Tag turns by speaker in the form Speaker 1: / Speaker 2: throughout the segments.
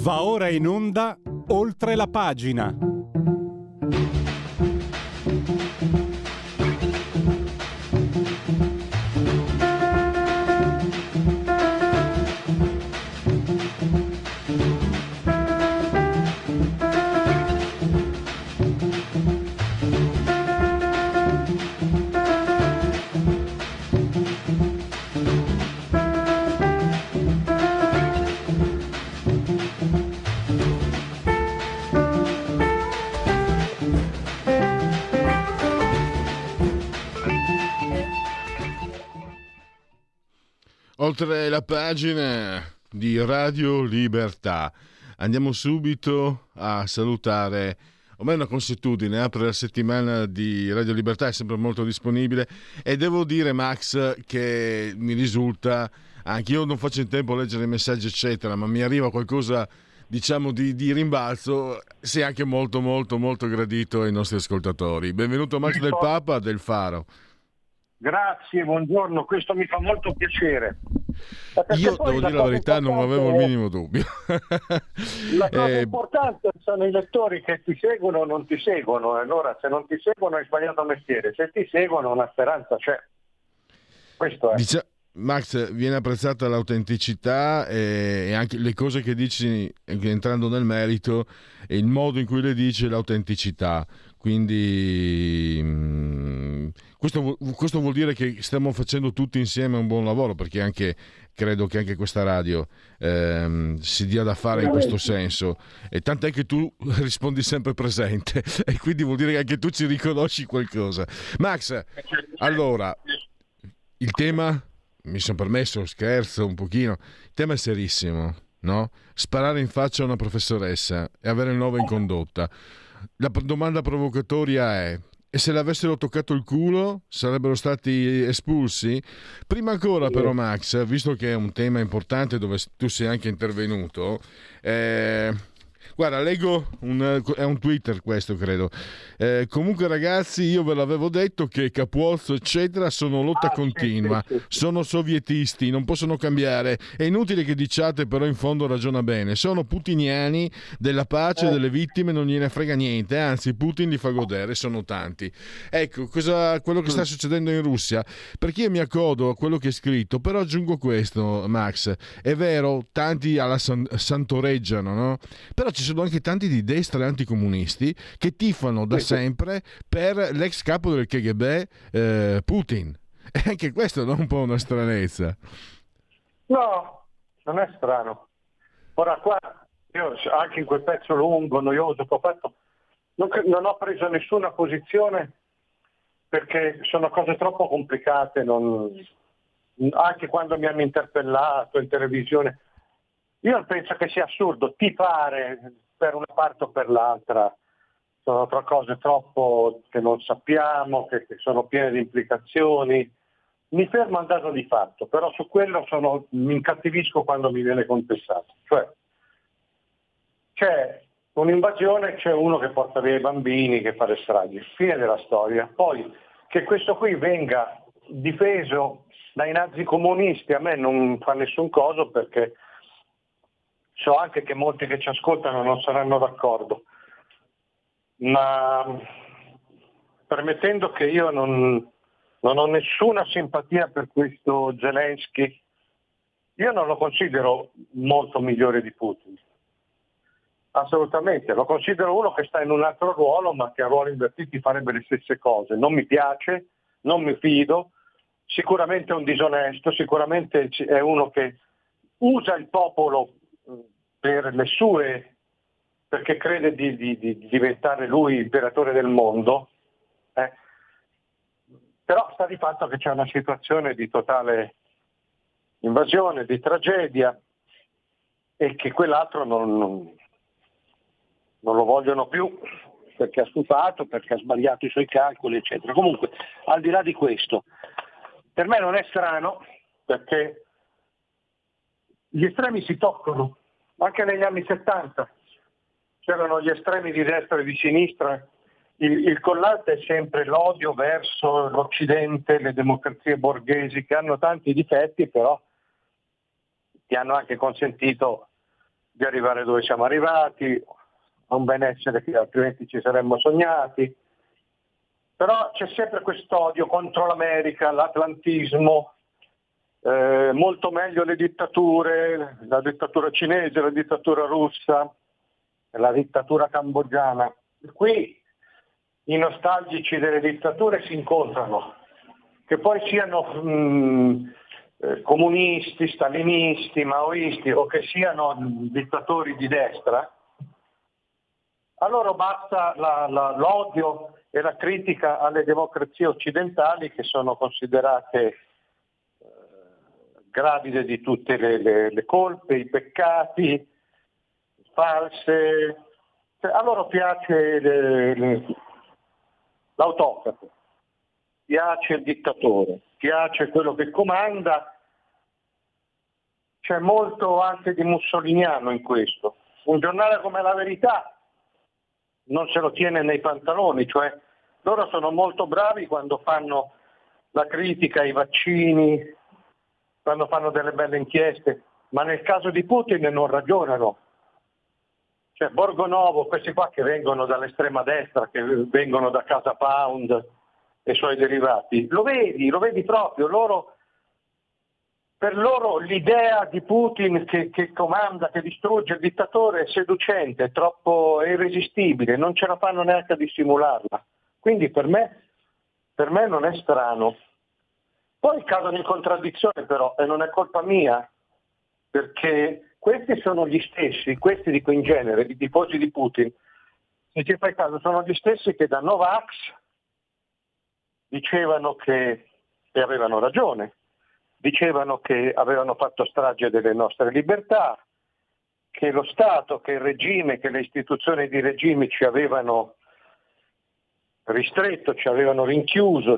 Speaker 1: Va ora in onda Oltre la pagina.
Speaker 2: Oltre la pagina di Radio Libertà. Andiamo subito a salutare, ormai è una consuetudine, apre la settimana di Radio Libertà, è sempre molto disponibile e devo dire, Max, che mi risulta, anche io non faccio in tempo a leggere i messaggi eccetera, ma mi arriva qualcosa, diciamo, di rimbalzo, sei anche molto molto molto gradito ai nostri ascoltatori. Benvenuto Max del Papa del Faro.
Speaker 3: Grazie, buongiorno, questo mi fa molto piacere.
Speaker 2: Io devo dire la verità, non avevo il minimo dubbio.
Speaker 3: La cosa importante sono i lettori che ti seguono o non ti seguono. Allora, se non ti seguono hai sbagliato mestiere, se ti seguono una speranza c'è. Questo è.
Speaker 2: Max, viene apprezzata l'autenticità e anche le cose che dici, entrando nel merito, e il modo in cui le dici, l'autenticità. Quindi questo vuol dire che stiamo facendo tutti insieme un buon lavoro, perché anche credo che anche questa radio si dia da fare in questo senso, e tant'è che tu rispondi sempre presente e quindi vuol dire che anche tu ci riconosci qualcosa. Max, allora, il tema, mi sono permesso, scherzo un pochino, il tema è serissimo, no? Sparare in faccia a una professoressa e avere il 9 in condotta. La domanda provocatoria è: e se l'avessero toccato il culo sarebbero stati espulsi? Prima ancora però, Max, visto che è un tema importante dove tu sei anche intervenuto, guarda, leggo è un Twitter questo, credo. Comunque ragazzi, io ve l'avevo detto che Capuzzo eccetera sono lotta continua, sono sovietisti, non possono cambiare, è inutile che diciate, però in fondo ragiona bene, sono putiniani, della pace delle vittime non gliene frega niente, anzi Putin li fa godere, sono tanti. Ecco quello che sta succedendo in Russia, perché io mi accodo a quello che è scritto, però aggiungo questo, Max, è vero, tanti alla santoreggiano, no? Però ci sono anche tanti di destra anticomunisti che tifano da sempre per l'ex capo del KGB, Putin. E anche questo è un po' una stranezza.
Speaker 3: No, non è strano. Ora qua, io anche in quel pezzo lungo, noioso che ho fatto, non ho preso nessuna posizione perché sono cose troppo complicate, anche quando mi hanno interpellato in televisione. Io penso che sia assurdo tifare per una parte o per l'altra, sono tra cose troppo che non sappiamo, che sono piene di implicazioni. Mi fermo al dato di fatto, però su quello mi incattivisco quando mi viene contestato. Cioè, c'è un'invasione, c'è uno che porta via i bambini, che fa le stragi, fine della storia. Poi che questo qui venga difeso dai nazi comunisti a me non fa nessun coso, perché so anche che molti che ci ascoltano non saranno d'accordo, ma permettendo che io non ho nessuna simpatia per questo Zelensky, io non lo considero molto migliore di Putin, assolutamente, lo considero uno che sta in un altro ruolo, ma che a ruoli invertiti farebbe le stesse cose. Non mi piace, non mi fido, sicuramente è un disonesto, sicuramente è uno che usa il popolo per le sue, perché crede di diventare lui imperatore del mondo, però sta di fatto che c'è una situazione di totale invasione, di tragedia, e che quell'altro non lo vogliono più perché ha stufato, perché ha sbagliato i suoi calcoli, eccetera. Comunque, al di là di questo, per me non è strano, perché gli estremi si toccano. Anche negli anni 70 c'erano gli estremi di destra e di sinistra. Il collante è sempre l'odio verso l'Occidente, le democrazie borghesi, che hanno tanti difetti, però ti hanno anche consentito di arrivare dove siamo arrivati, a un benessere che altrimenti ci saremmo sognati. Però c'è sempre quest'odio contro l'America, l'atlantismo, molto meglio le dittature, la dittatura cinese, la dittatura russa, la dittatura cambogiana. Qui i nostalgici delle dittature si incontrano, che poi siano comunisti, stalinisti, maoisti o che siano dittatori di destra. A loro basta l'odio e la critica alle democrazie occidentali, che sono considerate gravide di tutte le colpe, i peccati, false. A loro piace l'autocrate, piace il dittatore, piace quello che comanda. C'è molto anche di mussoliniano in questo. Un giornale come La Verità non se lo tiene nei pantaloni, cioè loro sono molto bravi quando fanno la critica ai vaccini, quando fanno delle belle inchieste, ma nel caso di Putin non ragionano. Cioè Borgonovo, questi qua che vengono dall'estrema destra, che vengono da Casa Pound e i suoi derivati, lo vedi proprio, per loro l'idea di Putin che comanda, che distrugge il dittatore è seducente, è irresistibile, non ce la fanno neanche a dissimularla. Quindi per me non è strano. Poi cadono in contraddizione però, e non è colpa mia, perché questi sono gli stessi, questi dico in genere, i tifosi di Putin, se ci fai caso, sono gli stessi che da Novax dicevano e avevano ragione, dicevano che avevano fatto strage delle nostre libertà, che lo Stato, che il regime, che le istituzioni di regime ci avevano ristretto, ci avevano rinchiuso,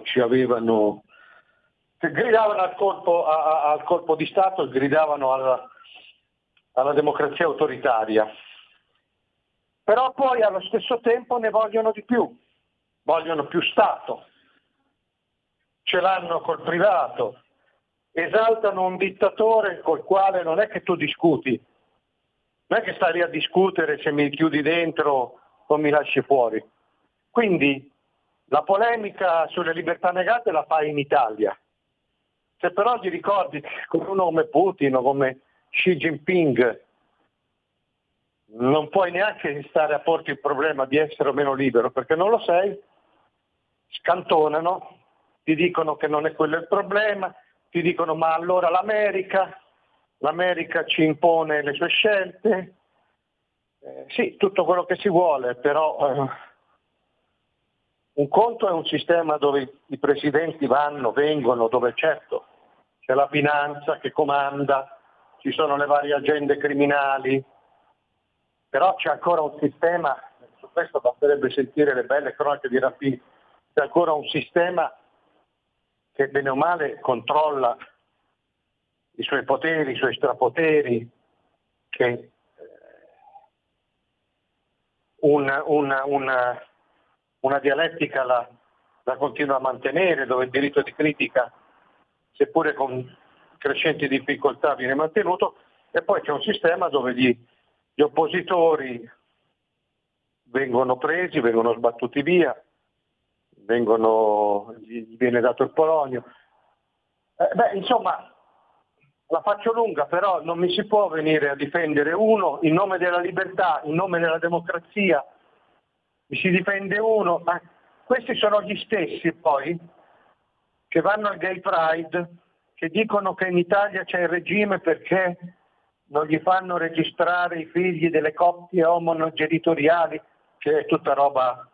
Speaker 3: gridavano al colpo di Stato, gridavano alla democrazia autoritaria. Però poi allo stesso tempo ne vogliono di più, vogliono più Stato, ce l'hanno col privato, esaltano un dittatore col quale non è che tu discuti, non è che stai lì a discutere se mi chiudi dentro o mi lasci fuori. Quindi la polemica sulle libertà negate la fai in Italia. Se però ti ricordi che con uno come Putin o come Xi Jinping non puoi neanche stare a porti il problema di essere o meno libero, perché non lo sei, scantonano, ti dicono che non è quello il problema, ti dicono ma allora l'America ci impone le sue scelte. Sì, tutto quello che si vuole, però un conto è un sistema dove i presidenti vanno, vengono, dove certo c'è la finanza che comanda, ci sono le varie agende criminali, però c'è ancora un sistema, su questo basterebbe sentire le belle cronache di Rapini, c'è ancora un sistema che bene o male controlla i suoi poteri, i suoi strapoteri, che una dialettica la continua a mantenere, dove il diritto di critica, seppure con crescenti difficoltà, viene mantenuto, e poi c'è un sistema dove gli oppositori vengono presi, vengono sbattuti via, gli viene dato il polonio. Insomma, la faccio lunga, però non mi si può venire a difendere uno in nome della libertà, in nome della democrazia, mi si difende uno, ma questi sono gli stessi poi che vanno al Gay Pride, che dicono che in Italia c'è il regime perché non gli fanno registrare i figli delle coppie omogenitoriali, che è tutta roba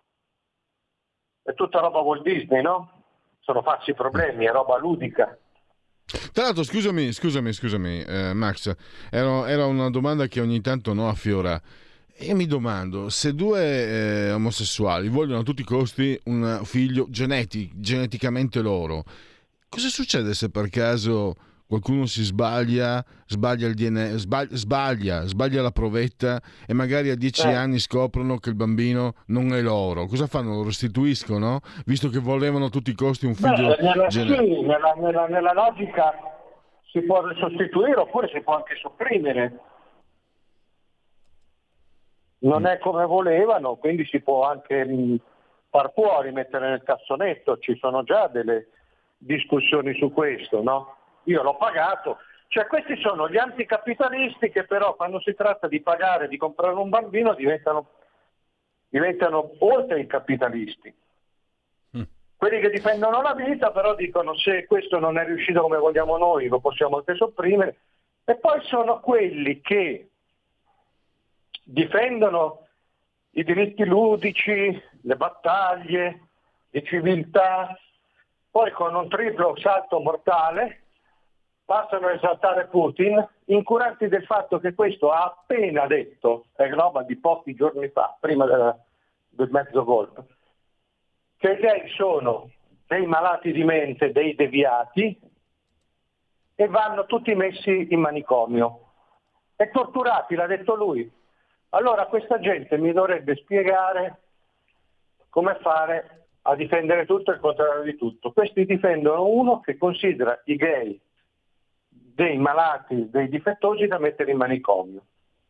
Speaker 3: Walt Disney, no? Sono falsi problemi, è roba ludica.
Speaker 2: Tra l'altro, scusami, Max, era una domanda che ogni tanto affiora. E mi domando, se due omosessuali vogliono a tutti i costi un figlio geneticamente loro, cosa succede se per caso qualcuno si sbaglia il DNA, sbaglia la provetta e magari a 10 anni scoprono che il bambino non è loro? Cosa fanno? Lo restituiscono? Visto che volevano a tutti i costi un figlio
Speaker 3: sì, nella logica si può sostituire oppure si può anche sopprimere. non è come volevano, quindi si può anche far fuori, mettere nel cassonetto, ci sono già delle discussioni su questo, no? Io l'ho pagato, cioè questi sono gli anticapitalisti che però quando si tratta di pagare, di comprare un bambino diventano oltre i capitalisti. Quelli che difendono la vita però dicono se questo non è riuscito come vogliamo noi lo possiamo anche sopprimere, e poi sono quelli che difendono i diritti ludici, le battaglie, di civiltà, poi con un triplo salto mortale passano a esaltare Putin, incuranti del fatto che questo ha appena detto, è roba di pochi giorni fa, prima del mezzo golpe, che i gay sono dei malati di mente, dei deviati, e vanno tutti messi in manicomio. E torturati, l'ha detto lui. Allora questa gente mi dovrebbe spiegare come fare a difendere tutto e il contrario di tutto. Questi difendono uno che considera i gay dei malati, dei difettosi da mettere in manicomio,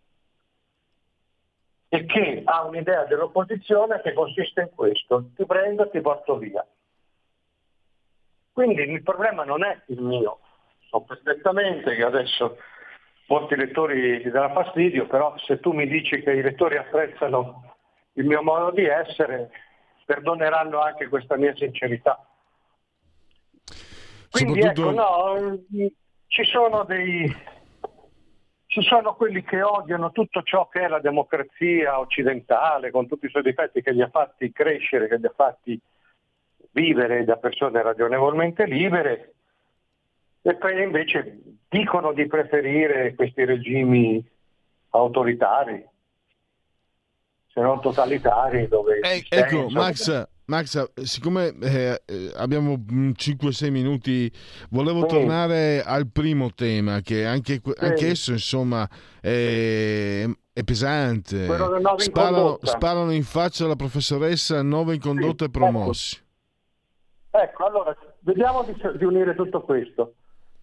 Speaker 3: e che ha un'idea dell'opposizione che consiste in questo: ti prendo e ti porto via. Quindi il problema non è il mio, so perfettamente che adesso molti lettori ti danno fastidio, però se tu mi dici che i lettori apprezzano il mio modo di essere, perdoneranno anche questa mia sincerità. Quindi ecco, no, ci sono quelli che odiano tutto ciò che è la democrazia occidentale, con tutti i suoi difetti, che li ha fatti crescere, che li ha fatti vivere da persone ragionevolmente libere, e poi invece dicono di preferire questi regimi autoritari, se non totalitari, dove
Speaker 2: ecco, Max, siccome abbiamo 5-6 minuti, volevo tornare al primo tema, che anche esso insomma è pesante. Sparano in faccia alla professoressa, 9 in condotta e promossi.
Speaker 3: Ecco, allora vediamo di unire tutto questo.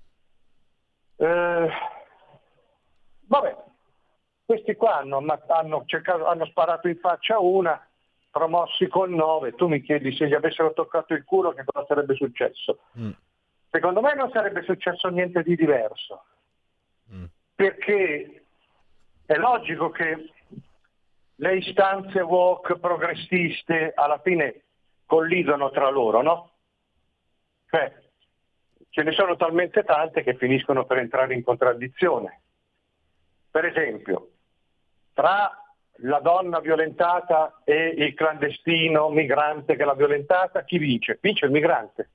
Speaker 3: Vabbè, questi qua hanno sparato in faccia una, promossi col 9, tu mi chiedi se gli avessero toccato il culo che cosa sarebbe successo. Secondo me non sarebbe successo niente di diverso, perché è logico che le istanze woke progressiste alla fine collidono tra loro, no? Cioè, ce ne sono talmente tante che finiscono per entrare in contraddizione. Per esempio, tra la donna violentata e il clandestino migrante che l'ha violentata, chi vince? Vince il migrante.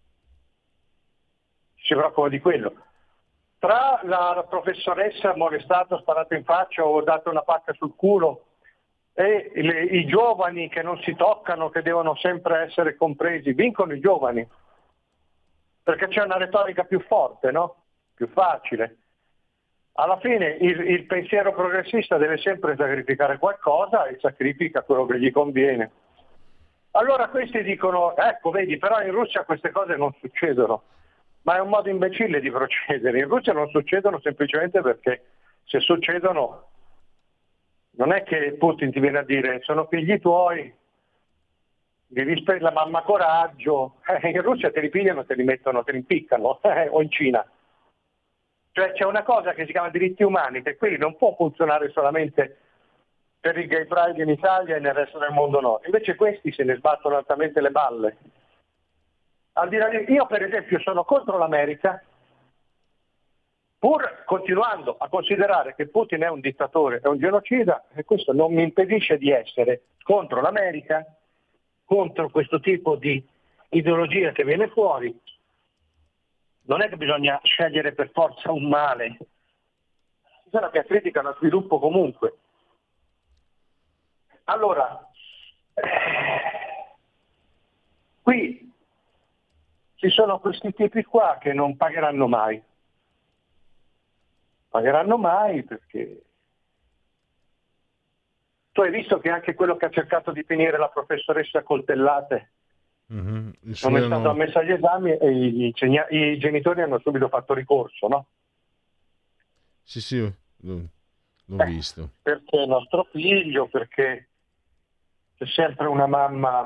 Speaker 3: Si preoccupa di quello. Tra la professoressa molestata, sparata in faccia o data una pacca sul culo e i giovani che non si toccano, che devono sempre essere compresi, vincono i giovani. Perché c'è una retorica più forte, no? Più facile. Alla fine il pensiero progressista deve sempre sacrificare qualcosa e sacrifica quello che gli conviene. Allora questi dicono, ecco vedi, però in Russia queste cose non succedono, ma è un modo imbecille di procedere. In Russia non succedono semplicemente perché se succedono non è che Putin ti viene a dire sono figli tuoi, devi spendere la mamma coraggio, in Russia te li pigliano, te li mettono, te li impiccano, o in Cina. Cioè c'è una cosa che si chiama diritti umani, che qui non può funzionare solamente per il Gay Pride in Italia e nel resto del mondo no. Invece questi se ne sbattono altamente le balle. Al di là di... Io per esempio sono contro l'America, pur continuando a considerare che Putin è un dittatore, è un genocida, e questo non mi impedisce di essere contro l'America, contro questo tipo di ideologia che viene fuori. Non è che bisogna scegliere per forza un male, ci sono che criticano lo sviluppo comunque. Allora, qui ci sono questi tipi qua che non pagheranno mai. Pagheranno mai perché... Tu hai visto che anche quello che ha cercato di finire la professoressa a coltellate non è stato ammesso agli esami e i genitori hanno subito fatto ricorso, no?
Speaker 2: Sì. l'ho visto.
Speaker 3: Perché è nostro figlio, perché c'è sempre una mamma.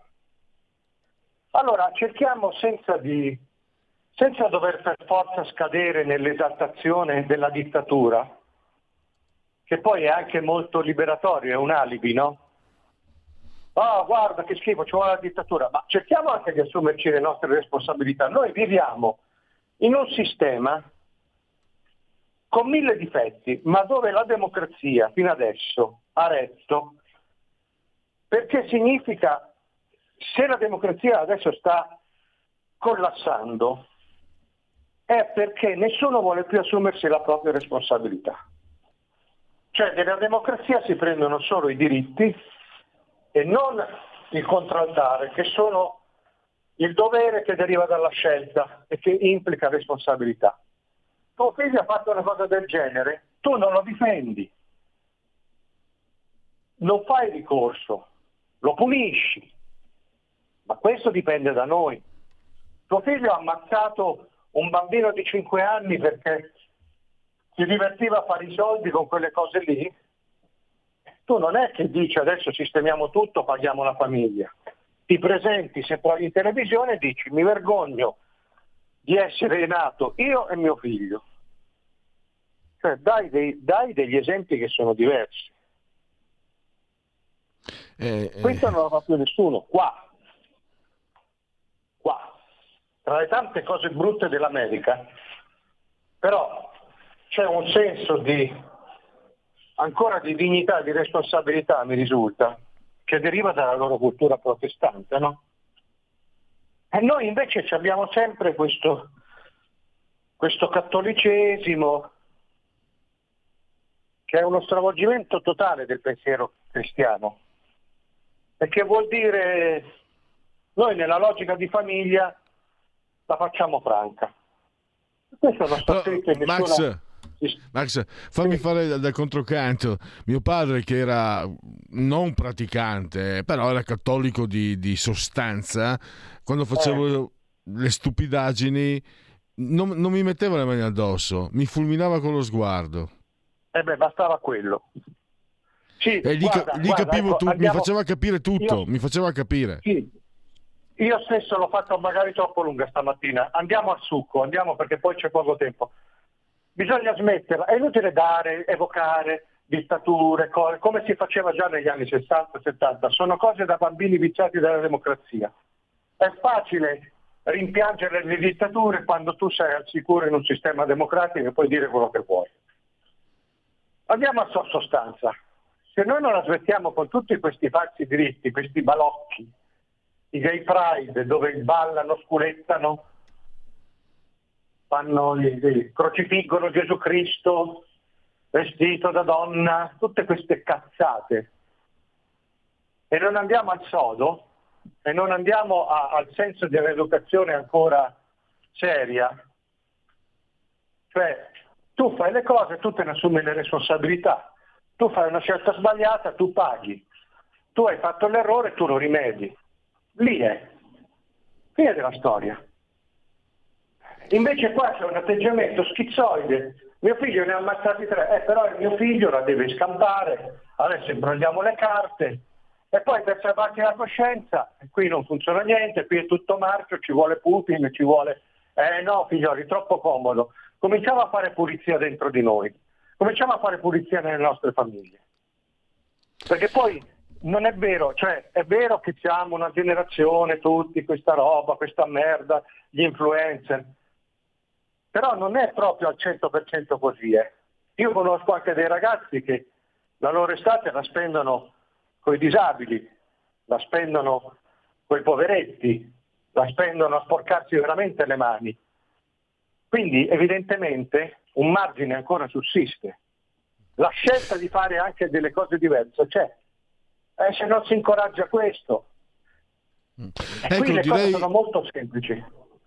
Speaker 3: Allora cerchiamo senza dover per forza scadere nell'esaltazione della dittatura, che poi è anche molto liberatorio, è un alibi, no? Ah, guarda che schifo, ci vuole la dittatura, ma cerchiamo anche di assumerci le nostre responsabilità. Noi viviamo in un sistema con 1000 difetti, ma dove la democrazia fino adesso ha retto, perché significa, se la democrazia adesso sta collassando, è perché nessuno vuole più assumersi la propria responsabilità. Cioè nella democrazia si prendono solo i diritti e non il contraltare, che sono il dovere che deriva dalla scelta e che implica responsabilità. Tuo figlio ha fatto una cosa del genere, tu non lo difendi, non fai ricorso, lo punisci, ma questo dipende da noi. Tuo figlio ha ammazzato un bambino di 5 anni perché si divertiva a fare i soldi con quelle cose lì. Tu non è che dici adesso sistemiamo tutto, paghiamo la famiglia. Ti presenti se puoi in televisione e dici mi vergogno di essere nato io e mio figlio. Cioè dai degli esempi che sono diversi. Questo non lo fa più nessuno, qua. Tra le tante cose brutte dell'America, però c'è un senso ancora di dignità e di responsabilità, mi risulta, che deriva dalla loro cultura protestante, no? E noi invece abbiamo sempre questo cattolicesimo che è uno stravolgimento totale del pensiero cristiano, perché vuol dire noi nella logica di famiglia la facciamo franca. Questo non sta scritto in nessuna...
Speaker 2: Max, fammi fare da controcanto. Mio padre, che era non praticante, però era cattolico di sostanza, quando facevo le stupidaggini non mi metteva le mani addosso, mi fulminava con lo sguardo.
Speaker 3: Bastava quello. Sì,
Speaker 2: e lì capivo
Speaker 3: ecco,
Speaker 2: tutto, mi faceva capire tutto, mi faceva capire.
Speaker 3: Sì. Io stesso l'ho fatto magari troppo lunga stamattina. Andiamo al succo, andiamo perché poi c'è poco tempo. Bisogna smetterla, è inutile evocare dittature, cose, come si faceva già negli anni 60-70, sono cose da bambini viziati dalla democrazia. È facile rimpiangere le dittature quando tu sei al sicuro in un sistema democratico e puoi dire quello che vuoi. Andiamo a sostanza. Se noi non la smettiamo con tutti questi falsi diritti, questi balocchi, i gay pride dove ballano, sculettano, crocifiggono Gesù Cristo vestito da donna, tutte queste cazzate, e non andiamo al sodo e non andiamo al senso dell'educazione ancora seria, cioè tu fai le cose, tu te ne assumi le responsabilità, tu fai una scelta sbagliata, tu paghi, tu hai fatto l'errore, tu lo rimedi, lì è fine della storia. Invece qua c'è un atteggiamento schizzoide, mio figlio ne ha ammazzati 3, però il mio figlio la deve scampare, adesso imbrogliamo le carte, e poi per salvarti la coscienza, qui non funziona niente, qui è tutto marcio, ci vuole Putin, ci vuole... no figlioli, troppo comodo. Cominciamo a fare pulizia dentro di noi, cominciamo a fare pulizia nelle nostre famiglie. Perché poi non è vero, cioè è vero che siamo una generazione, tutti, questa roba, questa merda, gli influencer, però non è proprio al 100% così. Io conosco anche dei ragazzi che la loro estate la spendono coi disabili, la spendono coi poveretti, la spendono a sporcarsi veramente le mani. Quindi evidentemente un margine ancora sussiste. La scelta di fare anche delle cose diverse c'è. Se non si incoraggia questo. E
Speaker 2: ecco,
Speaker 3: qui le cose sono molto semplici.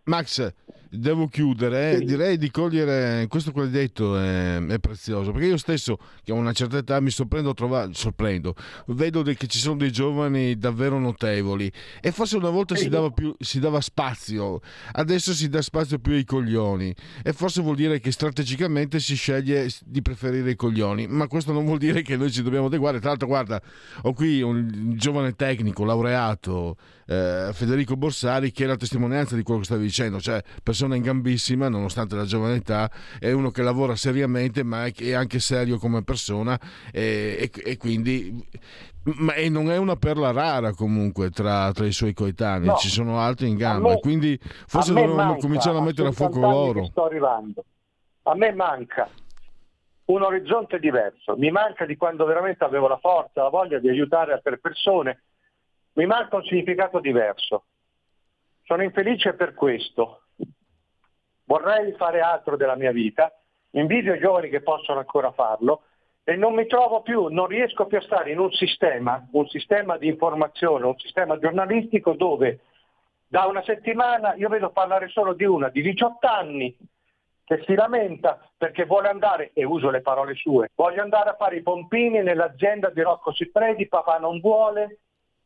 Speaker 2: Max, devo chiudere, direi di cogliere questo che hai detto, è prezioso, perché io stesso che ho una certa età mi sorprendo vedo che ci sono dei giovani davvero notevoli, e forse una volta si dava spazio, adesso si dà spazio più ai coglioni, e forse vuol dire che strategicamente si sceglie di preferire i coglioni, ma questo non vuol dire che noi ci dobbiamo adeguare. Tra l'altro, guarda, ho qui un giovane tecnico laureato, Federico Borsari, che è la testimonianza di quello che stavi dicendo, cioè persona in gambissima nonostante la giovane età, è uno che lavora seriamente ma è anche serio come persona, e quindi e non è una perla rara comunque tra i suoi coetanei, no. Ci sono altri in gamba, e quindi forse dovevamo cominciare a mettere a fuoco loro.
Speaker 3: Sto arrivando. A me manca un orizzonte diverso, mi manca di quando veramente avevo la forza, la voglia di aiutare altre persone, mi manca un significato diverso. Sono infelice per questo. Vorrei fare altro della mia vita, invidio i giovani che possono ancora farlo, e non mi trovo più, non riesco più a stare in un sistema di informazione, un sistema giornalistico dove da una settimana io vedo parlare solo di una di 18 anni che si lamenta perché vuole andare, e uso le parole sue, voglio andare a fare i pompini nell'azienda di Rocco Siffredi, papà non vuole,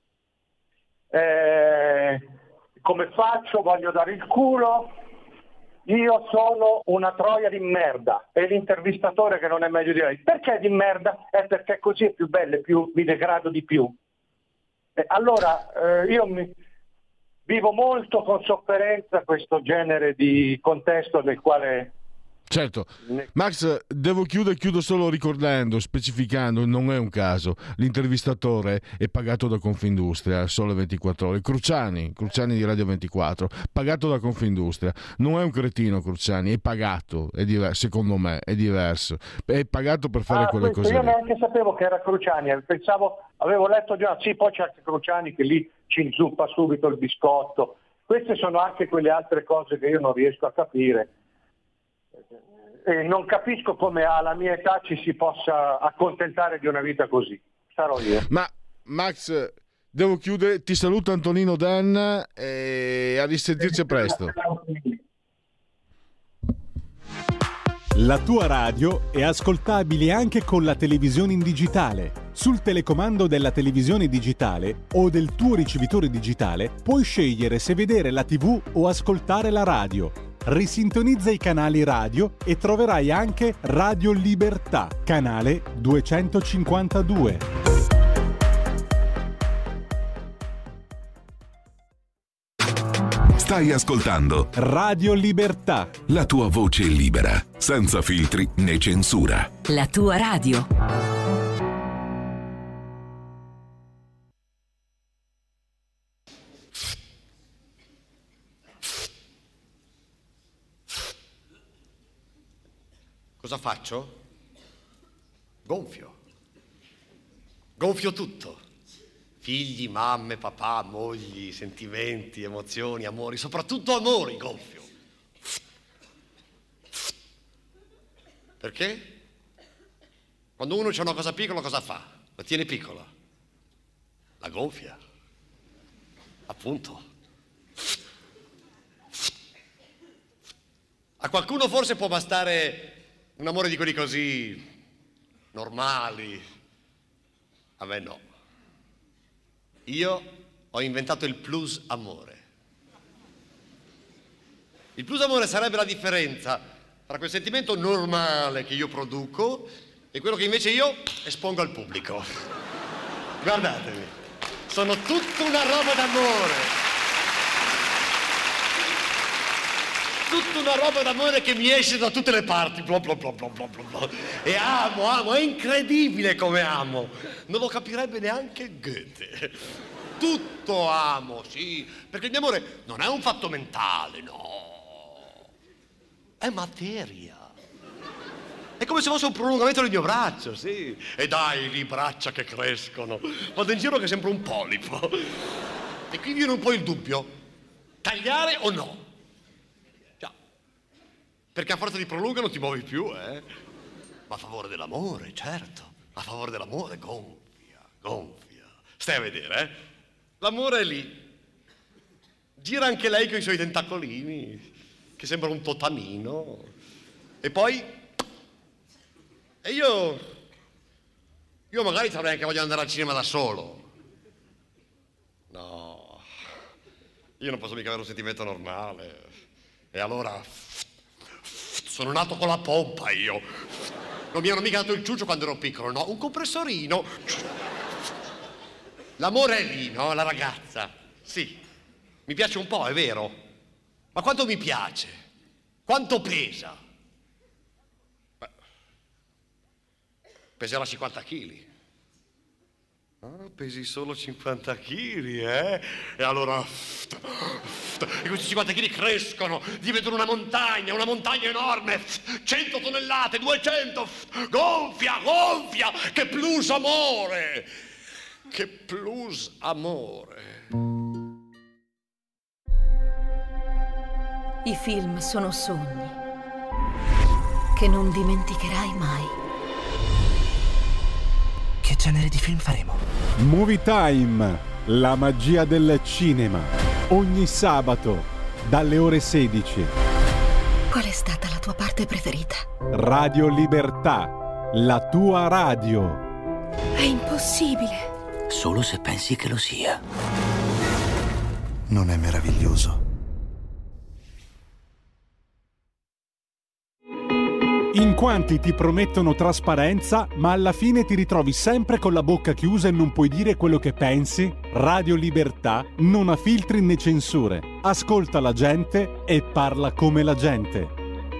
Speaker 3: come faccio, voglio dare il culo, io sono una troia di merda, e l'intervistatore che non è meglio di lei. Perché di merda? È perché così è più bello, mi degrado di più. Allora io vivo molto con sofferenza questo genere di contesto nel quale...
Speaker 2: Certo, Max, chiudo solo ricordando, specificando, non è un caso, l'intervistatore è pagato da Confindustria, Sole 24 Ore, Cruciani di Radio 24, pagato da Confindustria, non è un cretino Cruciani, è pagato, secondo me è diverso, è pagato per fare quelle cose.
Speaker 3: Io neanche sapevo che era Cruciani, avevo letto già, sì, poi c'è anche Cruciani che lì ci inzuppa subito il biscotto. Queste sono anche quelle altre cose che io non riesco a capire. E non capisco come alla mia età ci si possa accontentare di una vita così. Sarò io.
Speaker 2: Ma Max, devo chiudere, ti saluto Antonino Dan, e a risentirci presto.
Speaker 1: La tua radio è ascoltabile anche con la televisione in digitale. Sul telecomando della televisione digitale o del tuo ricevitore digitale puoi scegliere se vedere la TV o ascoltare la radio. Risintonizza i canali radio e troverai anche Radio Libertà, canale 252.
Speaker 4: Stai ascoltando
Speaker 1: Radio Libertà,
Speaker 4: la tua voce libera, senza filtri né censura.
Speaker 5: La tua radio.
Speaker 6: Cosa faccio? Gonfio. Gonfio tutto. Figli, mamme, papà, mogli, sentimenti, emozioni, amori, soprattutto amori gonfio. Perché? Quando uno c'ha una cosa piccola, cosa fa? La tiene piccola. La gonfia. Appunto. A qualcuno forse può bastare un amore di quelli così normali. A me no. Io ho inventato il plus amore. Il plus amore sarebbe la differenza tra quel sentimento normale che io produco e quello che invece io espongo al pubblico. Guardatemi, sono tutta una roba d'amore. Tutta una roba d'amore che mi esce da tutte le parti. Bla bla bla bla bla bla. E amo, è incredibile come amo. Non lo capirebbe neanche Goethe. Tutto amo, sì, perché il mio amore non è un fatto mentale, no. È materia. È come se fosse un prolungamento del mio braccio, sì. E dai, le braccia che crescono. Vado in giro che sembra un polipo. E qui viene un po' il dubbio. Tagliare o no? Perché a forza di prolunga non ti muovi più, Ma a favore dell'amore, certo. A favore dell'amore, gonfia. Stai a vedere, L'amore è lì. gira anche lei con i suoi tentacolini, che sembra un totanino. E poi? E io magari avrei anche voglia di andare al cinema da solo. No, io non posso mica avere un sentimento normale. E allora sono nato con la pompa io. Non mi hanno mica dato il ciuccio quando ero piccolo, no, un compressorino. L'amore è lì, no? La ragazza. Sì, mi piace un po', è vero. Ma quanto mi piace? Quanto pesa? Beh, peserà 50 kg. Ah, pesi solo 50 kg, eh? E allora... E questi 50 kg crescono, diventano una montagna enorme, 100 tonnellate, 200, gonfia, che plus amore, che plus amore.
Speaker 5: I film sono sogni che non dimenticherai mai.
Speaker 7: Che genere di film faremo?
Speaker 1: Movie Time, la magia del cinema. Ogni sabato, dalle ore 16.
Speaker 5: Qual è stata la tua parte preferita?
Speaker 1: Radio Libertà, la tua radio.
Speaker 5: È impossibile.
Speaker 7: Solo se pensi che lo sia. Non è meraviglioso?
Speaker 1: In quanti ti promettono trasparenza, ma alla fine ti ritrovi sempre con la bocca chiusa e non puoi dire quello che pensi? Radio Libertà non ha filtri né censure. Ascolta la gente e parla come la gente.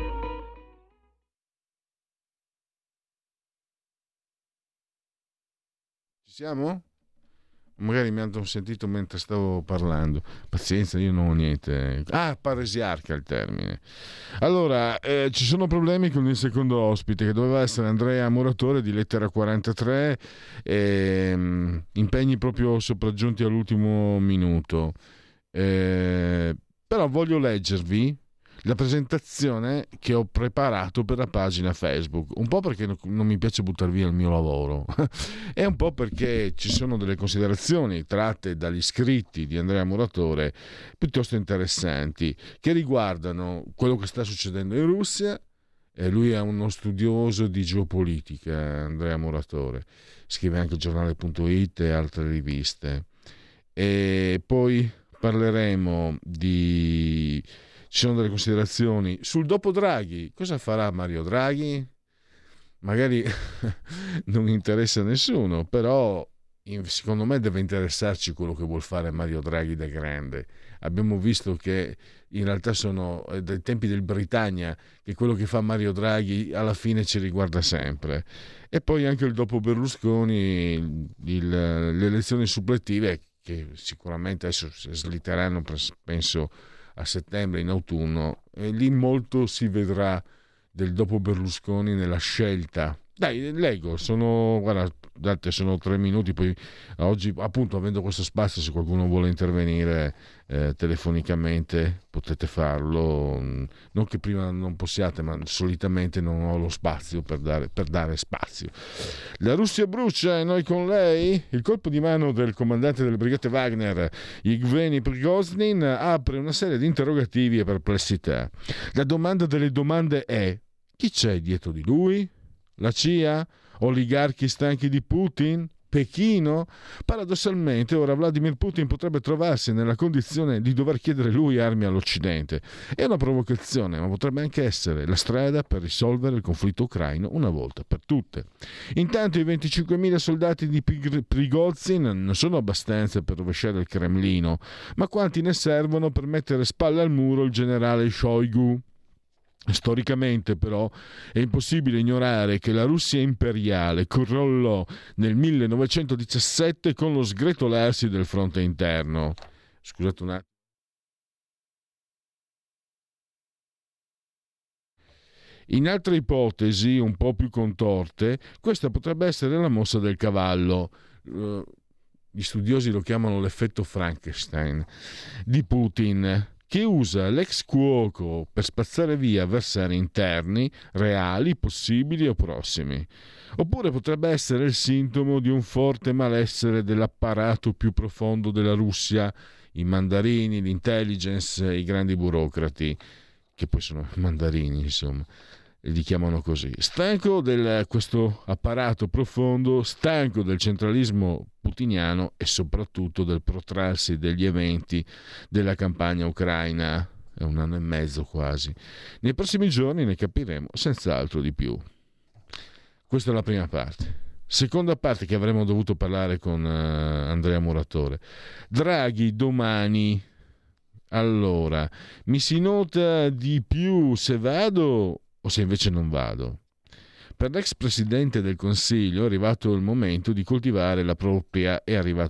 Speaker 2: Ci siamo? Magari mi hanno sentito mentre stavo parlando. Pazienza, io non ho niente. Paresiarca il termine. Allora, ci sono problemi con il secondo ospite, che doveva essere Andrea Muratore di Lettera 43, impegni proprio sopraggiunti all'ultimo minuto. Però voglio leggervi la presentazione che ho preparato per la pagina Facebook, un po' perché non mi piace buttare via il mio lavoro e un po' perché ci sono delle considerazioni tratte dagli scritti di Andrea Muratore piuttosto interessanti, che riguardano quello che sta succedendo in Russia. Lui è uno studioso di geopolitica, Andrea Muratore, scrive anche il giornale.it e altre riviste. E poi parleremo di... Ci sono delle considerazioni sul dopo Draghi. Cosa farà Mario Draghi? Magari non interessa a nessuno, però secondo me deve interessarci quello che vuol fare Mario Draghi da grande. Abbiamo visto che in realtà sono dai tempi del Britannia che quello che fa Mario Draghi alla fine ci riguarda sempre. E poi anche il dopo Berlusconi, le elezioni suppletive che sicuramente adesso slitteranno, penso, a settembre, in autunno, e lì molto si vedrà del dopo Berlusconi nella scelta. Dai, leggo, sono 3 minuti, poi oggi, appunto, avendo questo spazio, se qualcuno vuole intervenire telefonicamente potete farlo, non che prima non possiate, ma solitamente non ho lo spazio per dare spazio. La Russia brucia e noi con lei. Il colpo di mano del comandante delle brigate Wagner, Yevgeny Prigozhin, apre una serie di interrogativi e perplessità. La domanda delle domande è: chi c'è dietro di lui? La CIA? Oligarchi stanchi di Putin? Pechino? Paradossalmente ora Vladimir Putin potrebbe trovarsi nella condizione di dover chiedere lui armi all'Occidente. È una provocazione, ma potrebbe anche essere la strada per risolvere il conflitto ucraino una volta per tutte. Intanto i 25.000 soldati di Prigozhin non sono abbastanza per rovesciare il Cremlino, ma quanti ne servono per mettere spalle al muro il generale Shoigu. Storicamente però è impossibile ignorare che la Russia imperiale crollò nel 1917 con lo sgretolarsi del fronte interno. Scusate un attimo. In altre ipotesi, un po' più contorte, questa potrebbe essere la mossa del cavallo. Gli studiosi lo chiamano l'effetto Frankenstein di Putin, che usa l'ex cuoco per spazzare via avversari interni, reali, possibili o prossimi. Oppure potrebbe essere il sintomo di un forte malessere dell'apparato più profondo della Russia, i mandarini, l'intelligence, i grandi burocrati, che poi sono mandarini, insomma, e li chiamano così. Stanco di questo apparato profondo, stanco del centralismo putiniano e soprattutto del protrarsi degli eventi della campagna ucraina. È 1 anno e mezzo quasi. Nei prossimi giorni ne capiremo senz'altro di più. Questa è la prima parte. Seconda parte, che avremmo dovuto parlare con Andrea Muratore. Draghi domani. Allora, mi si nota di più se vado o se invece non vado? Per l'ex presidente del Consiglio è arrivato il momento di coltivare la propria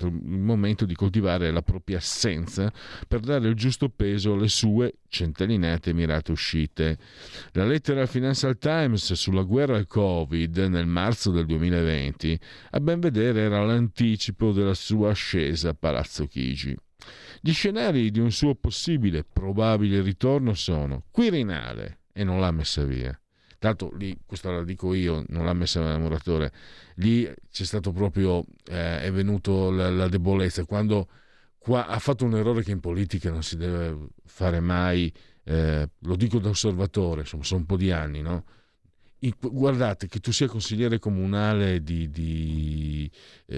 Speaker 2: assenza per dare il giusto peso alle sue centellinate e mirate uscite. La lettera al Financial Times sulla guerra al Covid nel marzo del 2020, a ben vedere, era l'anticipo della sua ascesa a Palazzo Chigi. Gli scenari di un suo possibile, probabile ritorno sono Quirinale, e non l'ha messa via. Tanto lì, questa la dico io, non l'ha messa il Muratore, lì c'è stato proprio, è venuto la debolezza, quando qua ha fatto un errore che in politica non si deve fare mai, lo dico da osservatore, insomma, sono un po' di anni, no? Guardate, che tu sia consigliere comunale di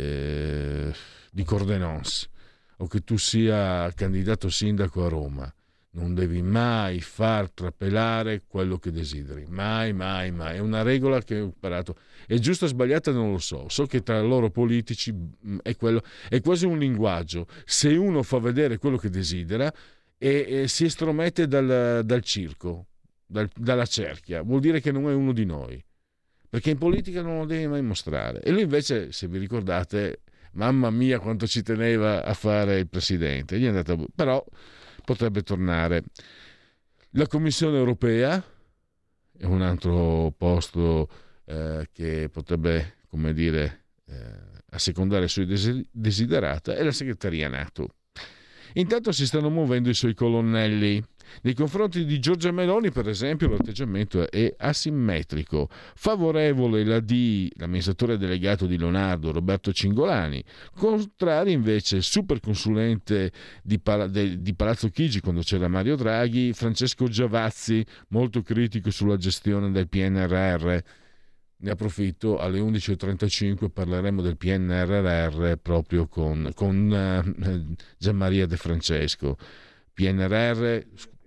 Speaker 2: Cordenons o che tu sia candidato sindaco a Roma, non devi mai far trapelare quello che desideri, mai, mai, mai. È una regola che ho imparato. È giusta o sbagliata non lo so. So che tra loro politici è quasi un linguaggio. Se uno fa vedere quello che desidera e si estromette dal circo, dalla cerchia, vuol dire che non è uno di noi. Perché in politica non lo devi mai mostrare. E lui invece, se vi ricordate, mamma mia quanto ci teneva a fare il presidente. Gli è andato, però potrebbe tornare. La Commissione europea è un altro posto che potrebbe, come dire, assecondare i suoi desiderata, e la segreteria NATO. Intanto si stanno muovendo i suoi colonnelli. Nei confronti di Giorgia Meloni, per esempio, l'atteggiamento è asimmetrico. Favorevole l'amministratore delegato di Leonardo, Roberto Cingolani. Contrari invece il superconsulente di Palazzo Chigi, quando c'era Mario Draghi, Francesco Giavazzi, molto critico sulla gestione del PNRR. Ne approfitto, alle 11.35 parleremo del PNRR proprio con Gianmaria De Francesco. PNRR,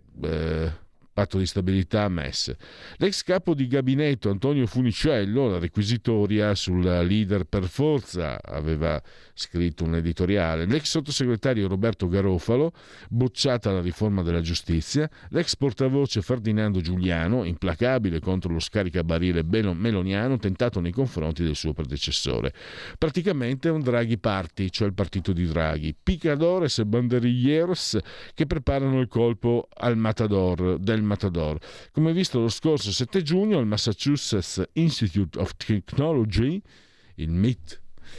Speaker 2: patto di stabilità, MES. L'ex capo di gabinetto Antonio Funicello, la requisitoria sul leader per forza, aveva scritto un editoriale. L'ex sottosegretario Roberto Garofalo, bocciata la riforma della giustizia. L'ex portavoce Ferdinando Giuliano, implacabile contro lo scaricabarile meloniano tentato nei confronti del suo predecessore. Praticamente un Draghi Party, cioè il partito di Draghi. Picadores e banderilleros che preparano il colpo del Matador. Come visto lo scorso 7 giugno al Massachusetts Institute of Technology, il MIT,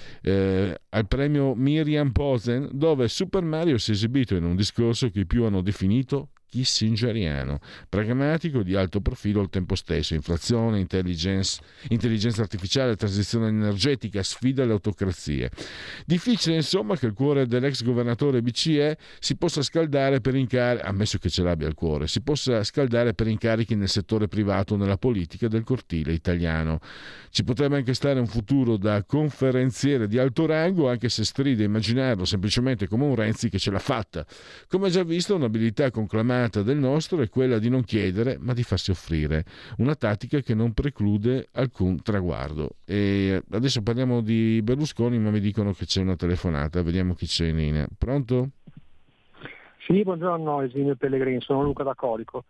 Speaker 2: al premio Miriam Posen, dove Super Mario si è esibito in un discorso che più hanno definito kissingeriano, pragmatico, di alto profilo al tempo stesso. Inflazione, intelligenza artificiale, transizione energetica, sfida alle autocrazie. Difficile insomma che il cuore dell'ex governatore BCE si possa scaldare per incarichi, ammesso che ce l'abbia il cuore, si possa scaldare per incarichi nel settore privato, nella politica del cortile italiano. Ci potrebbe anche stare un futuro da conferenziere di alto rango, anche se stride immaginarlo semplicemente come un Renzi che ce l'ha fatta. Come già visto, un'abilità conclamata del nostro è quella di non chiedere ma di farsi offrire, una tattica che non preclude alcun traguardo. E adesso parliamo di Berlusconi, ma mi dicono che c'è una telefonata, vediamo chi c'è in linea. Pronto?
Speaker 8: Sì, buongiorno Esimio Pellegrini, sono Luca da Colico.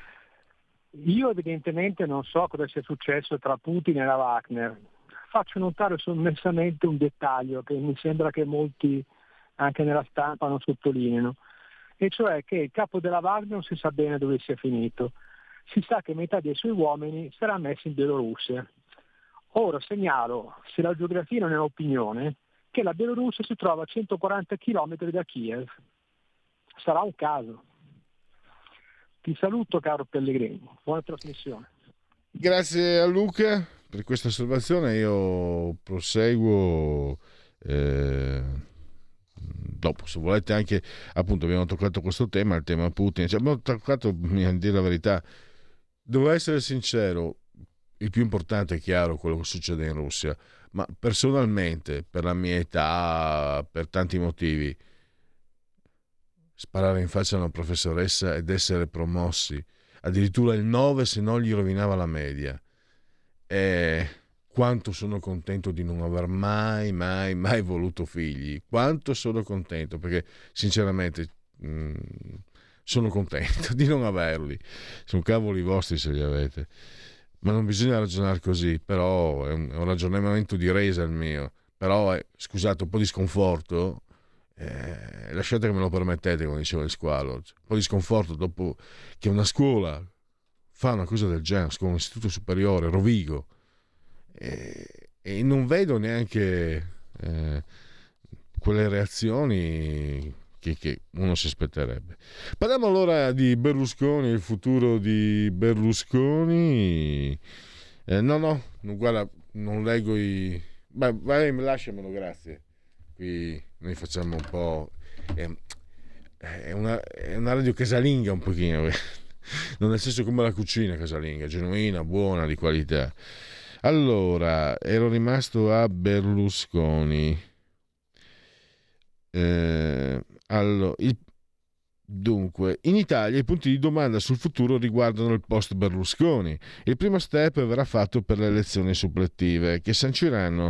Speaker 8: Io evidentemente non so cosa sia successo tra Putin e la Wagner. Faccio notare sommessamente un dettaglio che mi sembra che molti anche nella stampa non sottolineano, e cioè che il capo della Wagner non si sa bene dove sia finito. Si sa che metà dei suoi uomini sarà messo in Bielorussia. Ora segnalo, se la geografia non è opinione, che la Bielorussia si trova a 140 km da Kiev. Sarà un caso. Ti saluto, caro Pellegrini, buona trasmissione.
Speaker 2: Grazie a Luca per questa osservazione. Io proseguo dopo, se volete, anche appunto abbiamo toccato questo tema, il tema Putin, cioè, abbiamo toccato, a dire la verità, devo essere sincero, il più importante è chiaro quello che succede in Russia, ma personalmente, per la mia età, per tanti motivi, sparare in faccia a una professoressa ed essere promossi addirittura il 9 se non gli rovinava la media, e quanto sono contento di non aver mai voluto figli, quanto sono contento, perché sinceramente sono contento di non averli, sono cavoli vostri se li avete, ma non bisogna ragionare così, però è un ragionamento di resa il mio, però scusate, un po' di sconforto, lasciate che me lo permettete, come diceva il Squalo, un po' di sconforto dopo che una scuola fa una cosa del genere, un istituto superiore, Rovigo, e non vedo neanche quelle reazioni che uno si aspetterebbe. Parliamo allora di Berlusconi, il futuro di Berlusconi. No, guarda, non leggo i... Vai, lasciamelo, grazie. Qui noi facciamo un po'... È una radio casalinga un pochino, non nel senso come la cucina casalinga, genuina, buona, di qualità. Allora, ero rimasto a Berlusconi. Dunque, in Italia i punti di domanda sul futuro riguardano il post Berlusconi. Il primo step verrà fatto per le elezioni suppletive, che sanciranno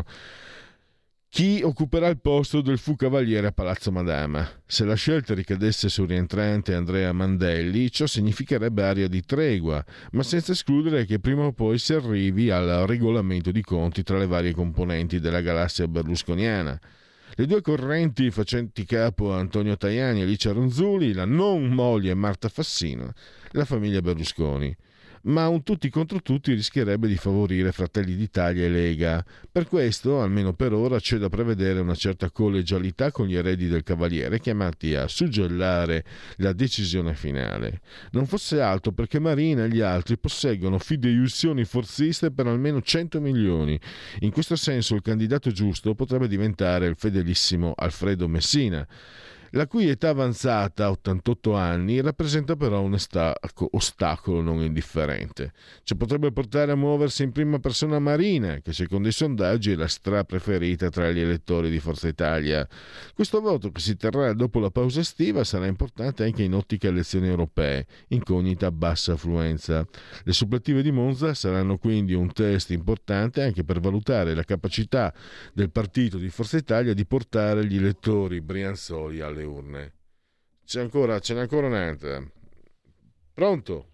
Speaker 2: chi occuperà il posto del fu cavaliere a Palazzo Madama. Se la scelta ricadesse sul rientrante Andrea Mandelli, ciò significherebbe aria di tregua, ma senza escludere che prima o poi si arrivi al regolamento di conti tra le varie componenti della galassia berlusconiana. Le due correnti facenti capo a Antonio Tajani e Licia Ronzulli, la non moglie Marta Fassino, la famiglia Berlusconi. Ma un tutti contro tutti rischierebbe di favorire Fratelli d'Italia e Lega. Per questo, almeno per ora, c'è da prevedere una certa collegialità con gli eredi del Cavaliere, chiamati a suggellare la decisione finale. Non fosse altro perché Marina e gli altri posseggono fideiussioni forziste per almeno 100 milioni. In questo senso il candidato giusto potrebbe diventare il fedelissimo Alfredo Messina, la cui età avanzata, 88 anni, rappresenta però un ostacolo non indifferente. Ciò potrebbe portare a muoversi in prima persona Marina, che secondo i sondaggi è la preferita tra gli elettori di Forza Italia. Questo voto, che si terrà dopo la pausa estiva, sarà importante anche in ottica elezioni europee, incognita bassa affluenza. Le suppletive di Monza saranno quindi un test importante anche per valutare la capacità del partito di Forza Italia di portare gli elettori brianzoli alle urne. Ce n'è ancora un'altra. Pronto?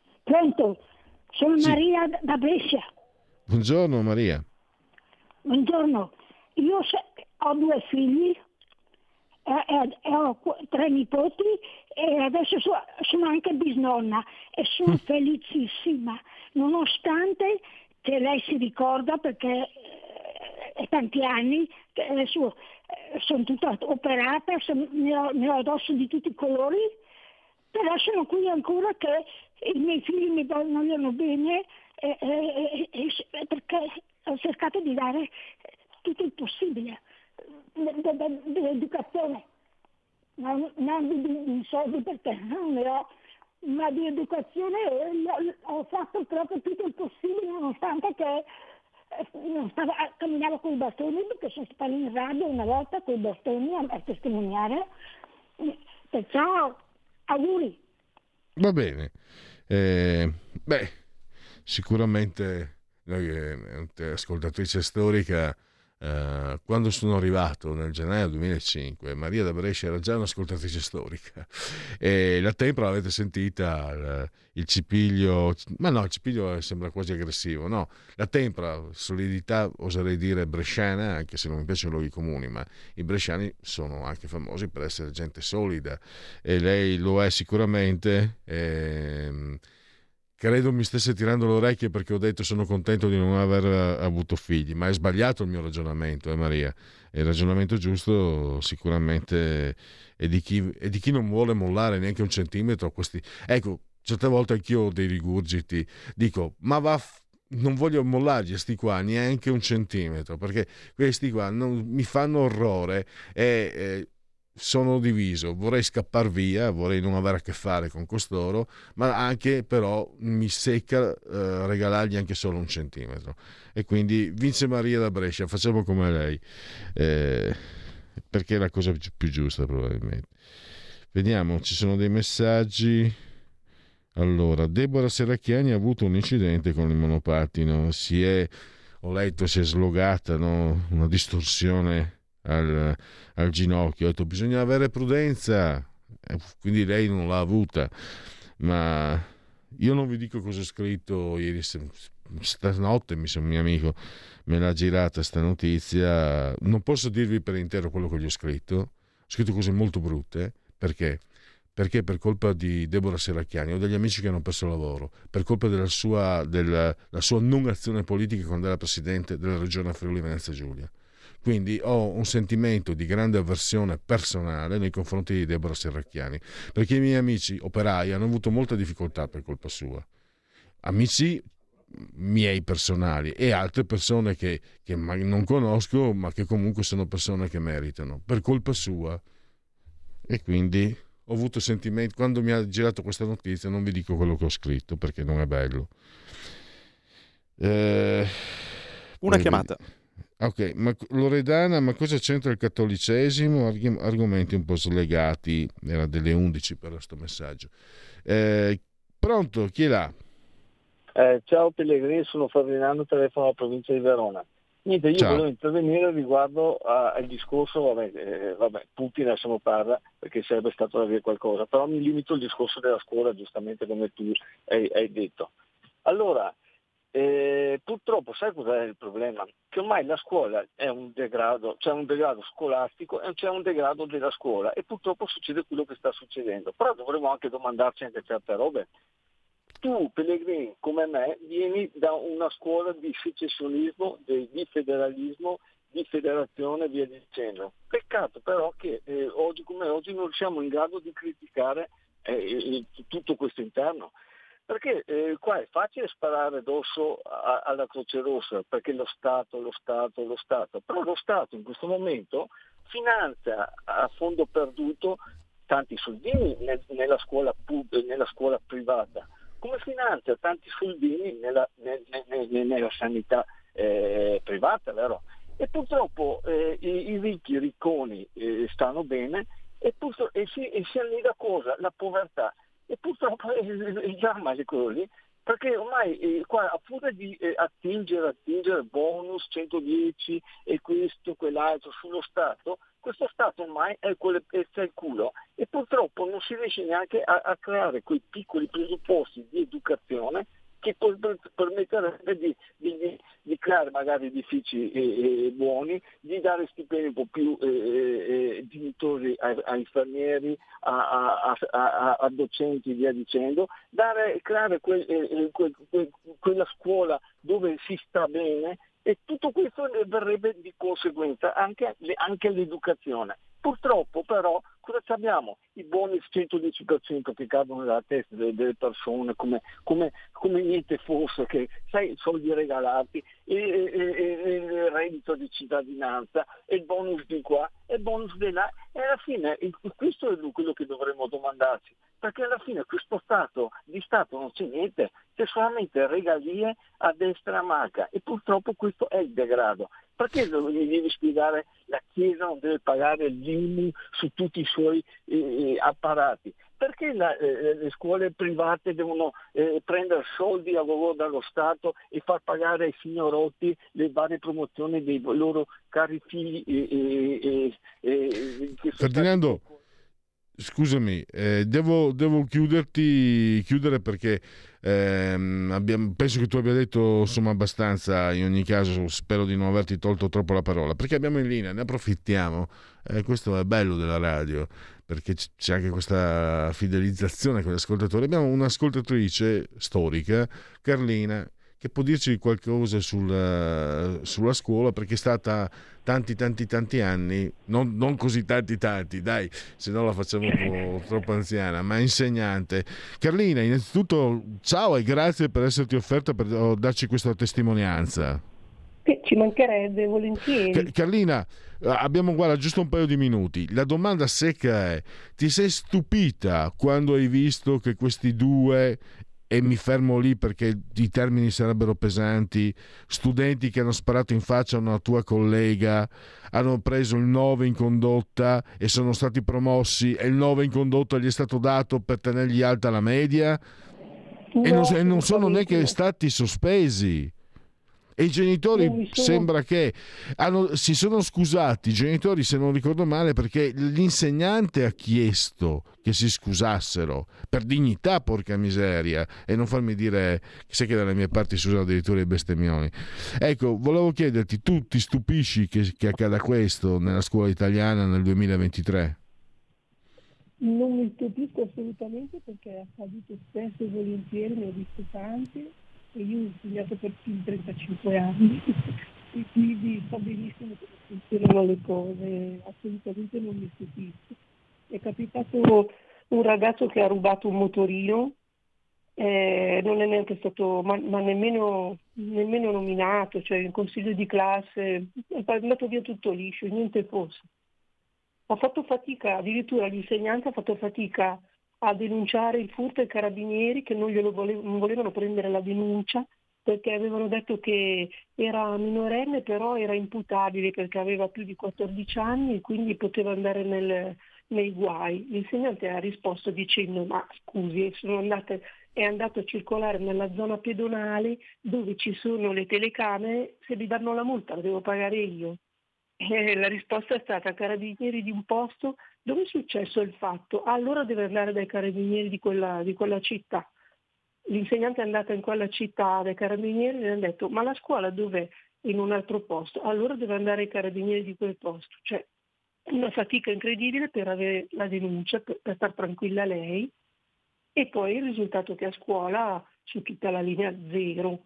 Speaker 9: Sono
Speaker 2: sì.
Speaker 9: Maria da Brescia.
Speaker 2: Buongiorno Maria.
Speaker 9: Buongiorno, io ho 2 figli e ho 3 nipoti e adesso sono anche bisnonna e sono felicissima, nonostante che lei si ricorda, perché è tanti anni che adesso sono tutta operata, ne ho addosso di tutti i colori, però sono qui ancora che i miei figli mi vogliono bene perché ho cercato di dare tutto il possibile dell'educazione, non di soldi perché non ne ho, ma di educazione ho fatto proprio tutto il possibile, nonostante che non camminavo con i bastoni, perché sono stata in radio una volta con i bastoni a testimoniare, perciò auguri.
Speaker 2: Va bene. Sicuramente noi, ascoltatrice storica, quando sono arrivato nel gennaio 2005, Maria da Brescia era già un'ascoltatrice storica, e la tempra l'avete sentita, il cipiglio, ma no, il cipiglio sembra quasi aggressivo, no, la tempra, solidità, oserei dire bresciana, anche se non mi piacciono i luoghi comuni, ma i bresciani sono anche famosi per essere gente solida, e lei lo è sicuramente. Credo mi stesse tirando le orecchie perché ho detto sono contento di non aver avuto figli, ma è sbagliato il mio ragionamento, Maria. Il ragionamento giusto sicuramente è di chi non vuole mollare neanche un centimetro a questi. Ecco, certe volte anch'io ho dei rigurgiti, dico, ma non voglio mollargli sti qua neanche un centimetro, perché questi qua mi fanno orrore, e sono diviso, vorrei scappare via, vorrei non avere a che fare con costoro, ma anche però mi secca regalargli anche solo 1 centimetro. E quindi vince Maria da Brescia, facciamo come lei, perché è la cosa più giusta probabilmente. Vediamo, ci sono dei messaggi. Allora, Deborah Serracchiani ha avuto un incidente con il monopattino, ho letto, si è slogata, no? Una distorsione al ginocchio. Ho detto bisogna avere prudenza, quindi lei non l'ha avuta, ma io non vi dico cosa ho scritto ieri stanotte, un mio amico me l'ha girata sta notizia, non posso dirvi per intero quello che gli ho scritto cose molto brutte, perché per colpa di Deborah Serracchiani o degli amici che hanno perso lavoro, per colpa della sua non azione politica quando era presidente della regione Friuli Venezia Giulia. Quindi ho un sentimento di grande avversione personale nei confronti di Deborah Serracchiani, perché i miei amici operai hanno avuto molta difficoltà per colpa sua. Amici miei personali e altre persone che non conosco, ma che comunque sono persone che meritano, per colpa sua. E quindi ho avuto sentimenti. Quando mi ha girato questa notizia, non vi dico quello che ho scritto perché non è bello.
Speaker 10: Una chiamata.
Speaker 2: Ok, ma Loredana, ma cosa c'entra il cattolicesimo? Argomenti un po' slegati, era delle 11 per questo messaggio. Pronto, chi è là?
Speaker 11: Ciao Pellegrini, sono Ferdinando, telefono alla provincia di Verona. Niente, io volevo intervenire riguardo al discorso, Putin lasciamo parla perché sarebbe stato da dire qualcosa, però mi limito al discorso della scuola, giustamente come tu hai detto. Allora, purtroppo sai cos'è il problema? Che ormai la scuola è un degrado, c'è un degrado scolastico e c'è un degrado della scuola e purtroppo succede quello che sta succedendo. Però dovremmo anche domandarci anche certe robe. Tu, Pellegrini, come me, vieni da una scuola di secessionismo, di federalismo, di federazione e via dicendo. Peccato però che oggi come oggi non siamo in grado di criticare tutto questo interno. Perché qua è facile sparare addosso alla Croce Rossa, perché lo Stato, però lo Stato in questo momento finanzia a fondo perduto tanti soldini nella scuola privata, come finanzia tanti soldini nella sanità privata, vero? E purtroppo i ricchi, i ricconi stanno bene e si annida cosa? La povertà. E purtroppo il dramma è quello lì, perché ormai qua a furia di attingere bonus 110 e questo, quell'altro sullo Stato, questo Stato ormai è il culo e purtroppo non si riesce neanche a creare quei piccoli presupposti di educazione che permetterebbe di creare magari edifici buoni, di dare stipendi un po' più dignitosi a infermieri, a docenti e via dicendo, creare quella scuola dove si sta bene, e tutto questo verrebbe di conseguenza anche l'educazione. Purtroppo però cosa abbiamo? I bonus 110% che cadono nella testa delle persone come niente fosse, che sai, soldi regalati, e il reddito di cittadinanza, e il bonus di qua e il bonus di là, e alla fine questo è quello che dovremmo domandarci, perché alla fine questo di Stato non c'è niente, c'è solamente regalie a destra e a manca, e purtroppo questo è il degrado. Perché gli devi spiegare la Chiesa non deve pagare l'IMU su tutti i suoi apparati? Perché le scuole private devono prendere soldi a gogo dallo Stato e far pagare ai signorotti le varie promozioni dei loro cari figli?
Speaker 2: Ferdinando, scusami, devo chiudere perché penso che tu abbia detto insomma abbastanza. In ogni caso spero di non averti tolto troppo la parola, perché abbiamo in linea, ne approfittiamo, questo è bello della radio, perché c'è anche questa fidelizzazione con gli ascoltatori. Abbiamo un'ascoltatrice storica, Carlina, che può dirci qualcosa sulla scuola, perché è stata tanti anni, non così tanti, dai, se no la facciamo un po' troppo anziana, ma insegnante. Carlina, innanzitutto ciao e grazie per esserti offerta per darci questa testimonianza.
Speaker 12: Ci mancherebbe, volentieri.
Speaker 2: Carlina, abbiamo giusto un paio di minuti. La domanda secca è: ti sei stupita quando hai visto che questi due, e mi fermo lì perché i termini sarebbero pesanti, studenti che hanno sparato in faccia a una tua collega, hanno preso il 9 in condotta e sono stati promossi, e il 9 in condotta gli è stato dato per tenergli alta la media? E non sono neanche stati sospesi. E i genitori sembra che si sono scusati, i genitori, se non ricordo male, perché l'insegnante ha chiesto che si scusassero per dignità, porca miseria, e non farmi dire, sai che dalle mie parti si usano addirittura i bestemmioni. Ecco, volevo chiederti, tu ti stupisci che accada questo nella scuola italiana nel 2023?
Speaker 12: Non mi stupisco assolutamente, perché è accaduto spesso e volentieri, ne ho visto tanti. E io ho insegnato per più di 35 anni e quindi so benissimo come funzionano le cose, assolutamente non mi stupisco. È capitato un ragazzo che ha rubato un motorino, non è neanche stato ma nemmeno nominato, cioè in consiglio di classe, è andato via tutto liscio, niente fosse. Ha fatto fatica, addirittura l'insegnante ha fatto fatica a denunciare il furto ai carabinieri, che non volevano prendere la denuncia perché avevano detto che era minorenne, però era imputabile perché aveva più di 14 anni e quindi poteva andare nei guai. L'insegnante ha risposto dicendo: ma scusi, è andato a circolare nella zona pedonale dove ci sono le telecamere, se mi danno la multa la devo pagare io. E la risposta è stata: carabinieri di un posto dove è successo il fatto, allora deve andare dai carabinieri di quella città. L'insegnante è andata in quella città dai carabinieri e gli hanno detto: ma la scuola dov'è? In un altro posto, allora deve andare ai carabinieri di quel posto. Cioè una fatica incredibile per avere la denuncia, per star tranquilla lei, e poi il risultato che a scuola su tutta la linea zero.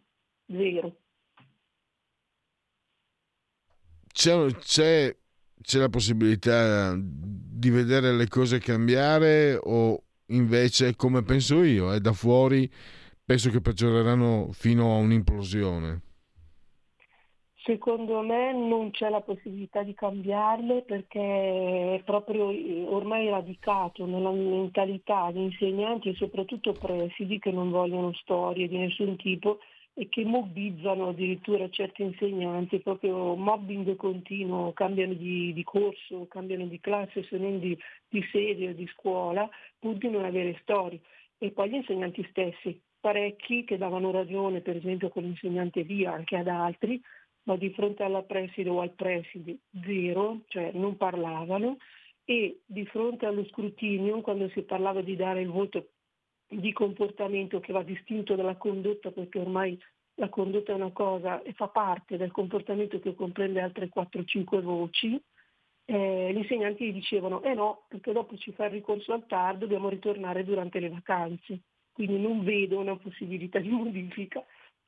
Speaker 2: C'è la possibilità di vedere le cose cambiare, o invece, come penso io, da fuori penso che peggioreranno fino a un'implosione?
Speaker 12: Secondo me non c'è la possibilità di cambiarle, perché è proprio ormai radicato nella mentalità di insegnanti e soprattutto presidi che non vogliono storie di nessun tipo e che mobbizzano addirittura certi insegnanti, proprio mobbing continuo, cambiano di corso, cambiano di classe, se non di sede o di scuola, pur di non avere storie. E poi gli insegnanti stessi, parecchi che davano ragione per esempio con l'insegnante via anche ad altri, ma di fronte alla preside o al preside zero, cioè non parlavano, e di fronte allo scrutinio, quando si parlava di dare il voto di comportamento che va distinto dalla condotta, perché ormai la condotta è una cosa e fa parte del comportamento che comprende altre 4-5 voci, gli insegnanti gli dicevano no, perché dopo ci fa il ricorso al TAR, dobbiamo ritornare durante le vacanze, quindi non vedo una possibilità di modifica.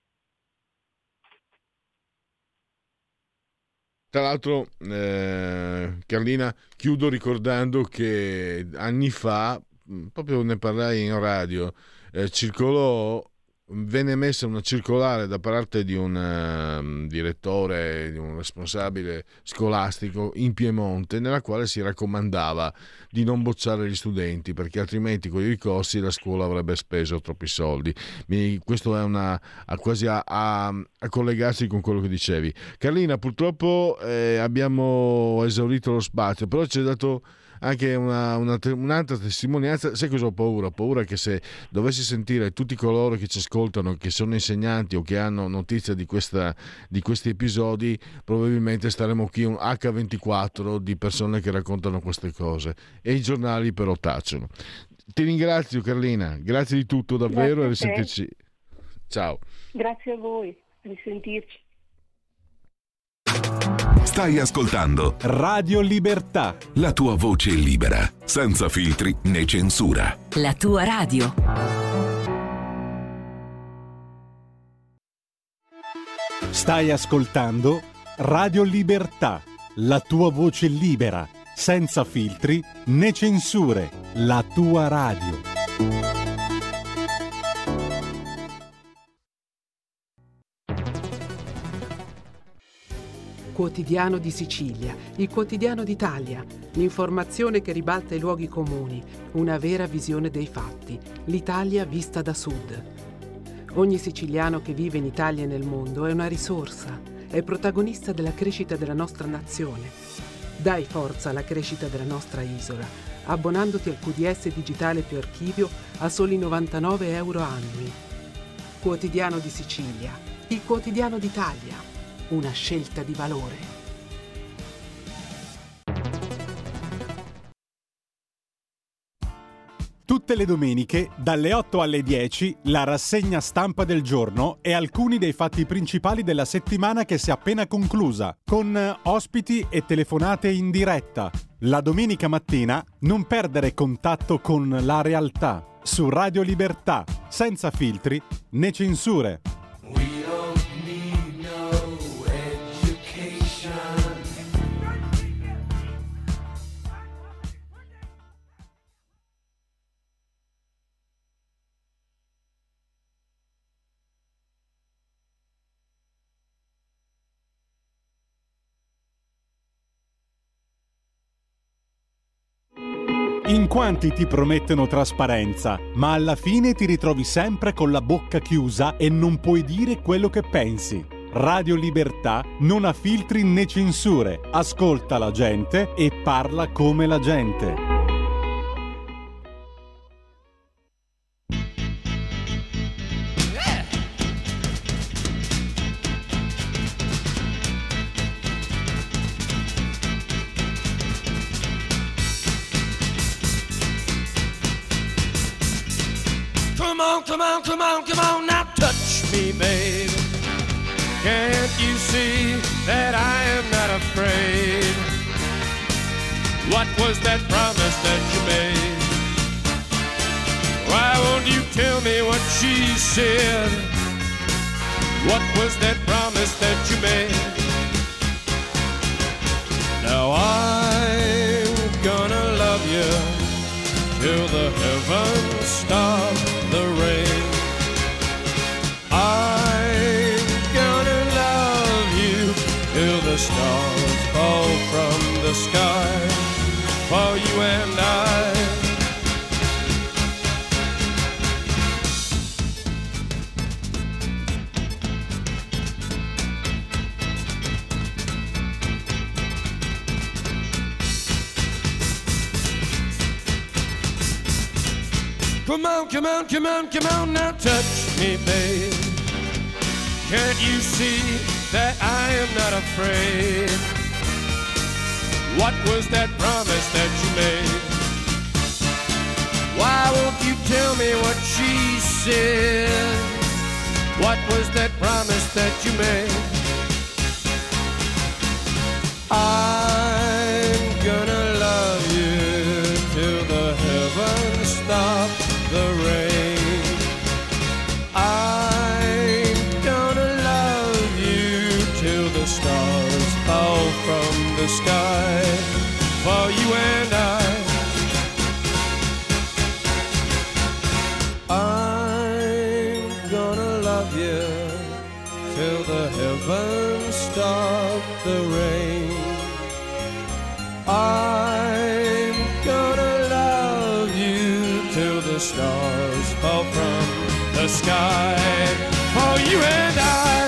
Speaker 2: Tra l'altro, Carlina, chiudo ricordando che anni fa, proprio ne parlai in radio, venne messa una circolare da parte di un direttore, di un responsabile scolastico in Piemonte, nella quale si raccomandava di non bocciare gli studenti, perché altrimenti con i ricorsi la scuola avrebbe speso troppi soldi. Questo è quasi a collegarsi con quello che dicevi. Carlina, purtroppo abbiamo esaurito lo spazio, però ci hai dato anche un'altra testimonianza. Sai cosa ho paura? Ho paura che se dovessi sentire tutti coloro che ci ascoltano, che sono insegnanti o che hanno notizia di questi episodi, probabilmente staremo qui un H24 di persone che raccontano queste cose e i giornali però tacciono. Ti ringrazio, Carlina, grazie di tutto davvero, e risentirci. Ciao.
Speaker 12: Grazie a voi, a risentirci.
Speaker 4: Stai ascoltando
Speaker 1: Radio Libertà,
Speaker 4: la tua voce libera, senza filtri né censura.
Speaker 5: La tua radio.
Speaker 1: Stai ascoltando Radio Libertà, la tua voce libera, senza filtri né censure. La tua radio.
Speaker 13: quotidiano di Sicilia, il quotidiano d'Italia, l'informazione che ribalta i luoghi comuni, una vera visione dei fatti, l'Italia vista da sud. Ogni siciliano che vive in Italia e nel mondo è una risorsa, è protagonista della crescita della nostra nazione. Dai forza alla crescita della nostra isola, abbonandoti al QDS digitale più archivio a soli 99 euro annui. Quotidiano di Sicilia, il quotidiano d'Italia, una scelta di valore.
Speaker 1: Tutte le domeniche, dalle 8 alle 10, la rassegna stampa del giorno e alcuni dei fatti principali della settimana che si è appena conclusa, con ospiti e telefonate in diretta. La domenica mattina non perdere contatto con la realtà, su Radio Libertà, senza filtri né censure. In quanti ti promettono trasparenza, ma alla fine ti ritrovi sempre con la bocca chiusa e non puoi dire quello che pensi. Radio Libertà non ha filtri né censure, ascolta la gente e parla come la gente.
Speaker 14: Come on, now touch me, babe. Can't you see that I am not afraid? What was that promise that you made? Why won't you tell me what she said? What was that promise that you made? Now I'm gonna love you till the heavens stop the rain. I'm gonna love you till the stars fall from the sky for you and I. Come on, now touch me, babe. Can't you see that I am not afraid? What was that promise that you made? Why won't you tell me what she said? What was that promise that you made? I'm gonna love you till the heavens stop the rain. I'm gonna love you till the stars fall from the sky for you and I'm gonna love you till the heavens stop the rain. I'm gonna love you till the stars fall from the sky for you and I.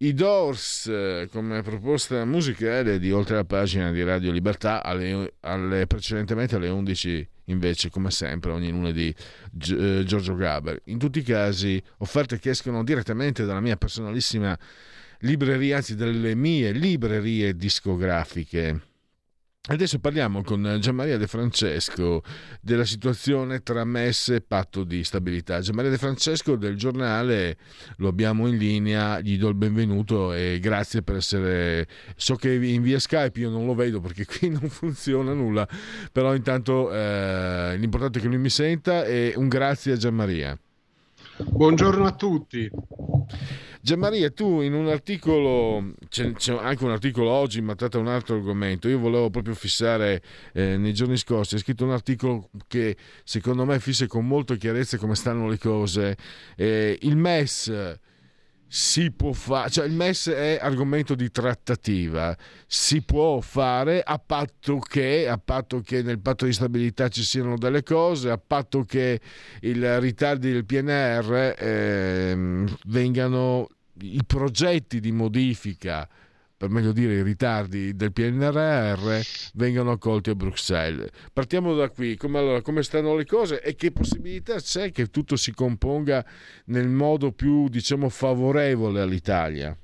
Speaker 2: I Doors come proposta musicale di Oltre la pagina di Radio Libertà precedentemente alle 11 invece, come sempre, ogni lunedì Giorgio Gaber. In tutti i casi offerte che escono direttamente dalla mia personalissima libreria, anzi dalle mie librerie discografiche. Adesso parliamo con Gianmaria De Francesco della situazione tra MES e patto di stabilità. Gianmaria De Francesco del Giornale, lo abbiamo in linea, gli do il benvenuto e grazie per essere... So che in via Skype io non lo vedo perché qui non funziona nulla, però intanto l'importante è che lui mi senta, e un grazie a Gianmaria.
Speaker 15: Buongiorno a tutti.
Speaker 2: Gianmaria, tu in un articolo, c'è anche un articolo oggi, ma tratta un altro argomento. Io volevo proprio fissare, nei giorni scorsi, hai scritto un articolo che secondo me fissa con molta chiarezza come stanno le cose. Il MES si può fare, cioè il MES è argomento di trattativa, si può fare a patto che nel patto di stabilità ci siano delle cose, a patto che i ritardi del PNR vengano, i progetti di modifica, per meglio dire i ritardi del PNRR, vengano accolti a Bruxelles. Partiamo da qui, come stanno le cose e che possibilità c'è che tutto si componga nel modo più, diciamo, favorevole all'Italia?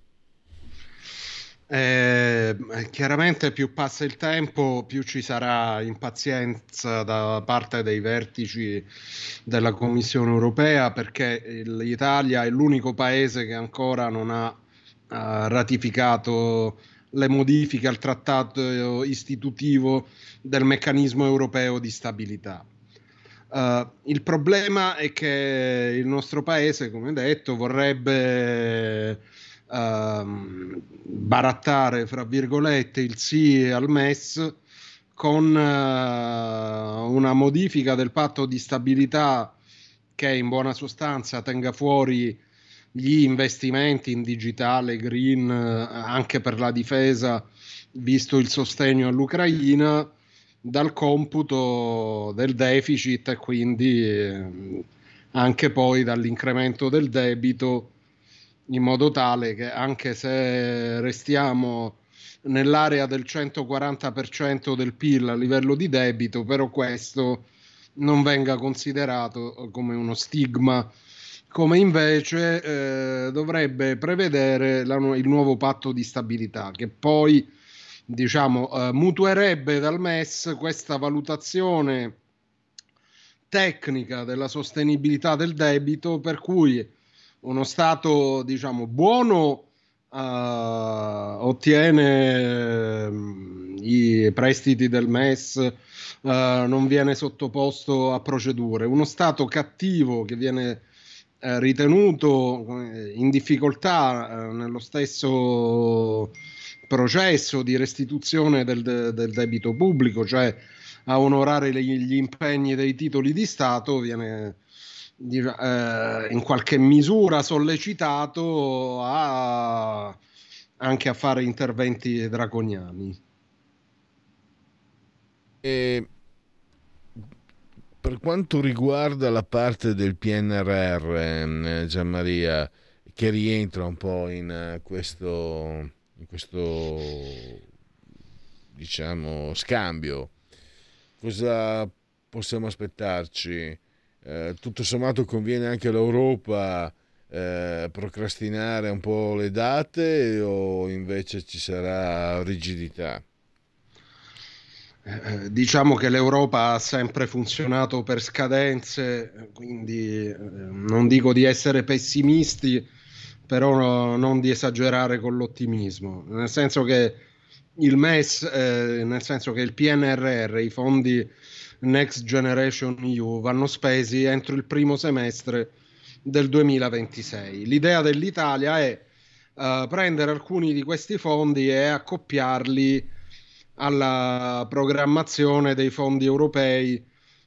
Speaker 15: Chiaramente più passa il tempo, più ci sarà impazienza da parte dei vertici della Commissione europea, perché l'Italia è l'unico paese che ancora non ha ratificato le modifiche al trattato istitutivo del meccanismo europeo di stabilità. Il problema è che il nostro paese, come detto, vorrebbe barattare, fra virgolette, il sì al MES con una modifica del patto di stabilità che in buona sostanza tenga fuori gli investimenti in digitale, green, anche per la difesa, visto il sostegno all'Ucraina, dal computo del deficit e quindi anche poi dall'incremento del debito, in modo tale che anche se restiamo nell'area del 140% del PIL a livello di debito, però questo non venga considerato come uno stigma, come invece dovrebbe prevedere il nuovo patto di stabilità, che poi, diciamo, mutuerebbe dal MES questa valutazione tecnica della sostenibilità del debito, per cui uno Stato, diciamo, buono ottiene i prestiti del MES, non viene sottoposto a procedure. Uno Stato cattivo che viene ritenuto in difficoltà nello stesso processo di restituzione del debito pubblico, cioè a onorare gli impegni dei titoli di Stato, viene in qualche misura sollecitato anche a fare interventi draconiani.
Speaker 2: Per quanto riguarda la parte del PNRR, Gianmaria, che rientra un po' in questo diciamo scambio, cosa possiamo aspettarci? Tutto sommato conviene anche all'Europa procrastinare un po' le date, o invece ci sarà rigidità?
Speaker 15: Diciamo che l'Europa ha sempre funzionato per scadenze, quindi non dico di essere pessimisti, però non di esagerare con l'ottimismo, nel senso che il MES, nel senso che il PNRR, i fondi Next Generation EU, vanno spesi entro il primo semestre del 2026. L'idea dell'Italia è prendere alcuni di questi fondi e accoppiarli alla programmazione dei fondi europei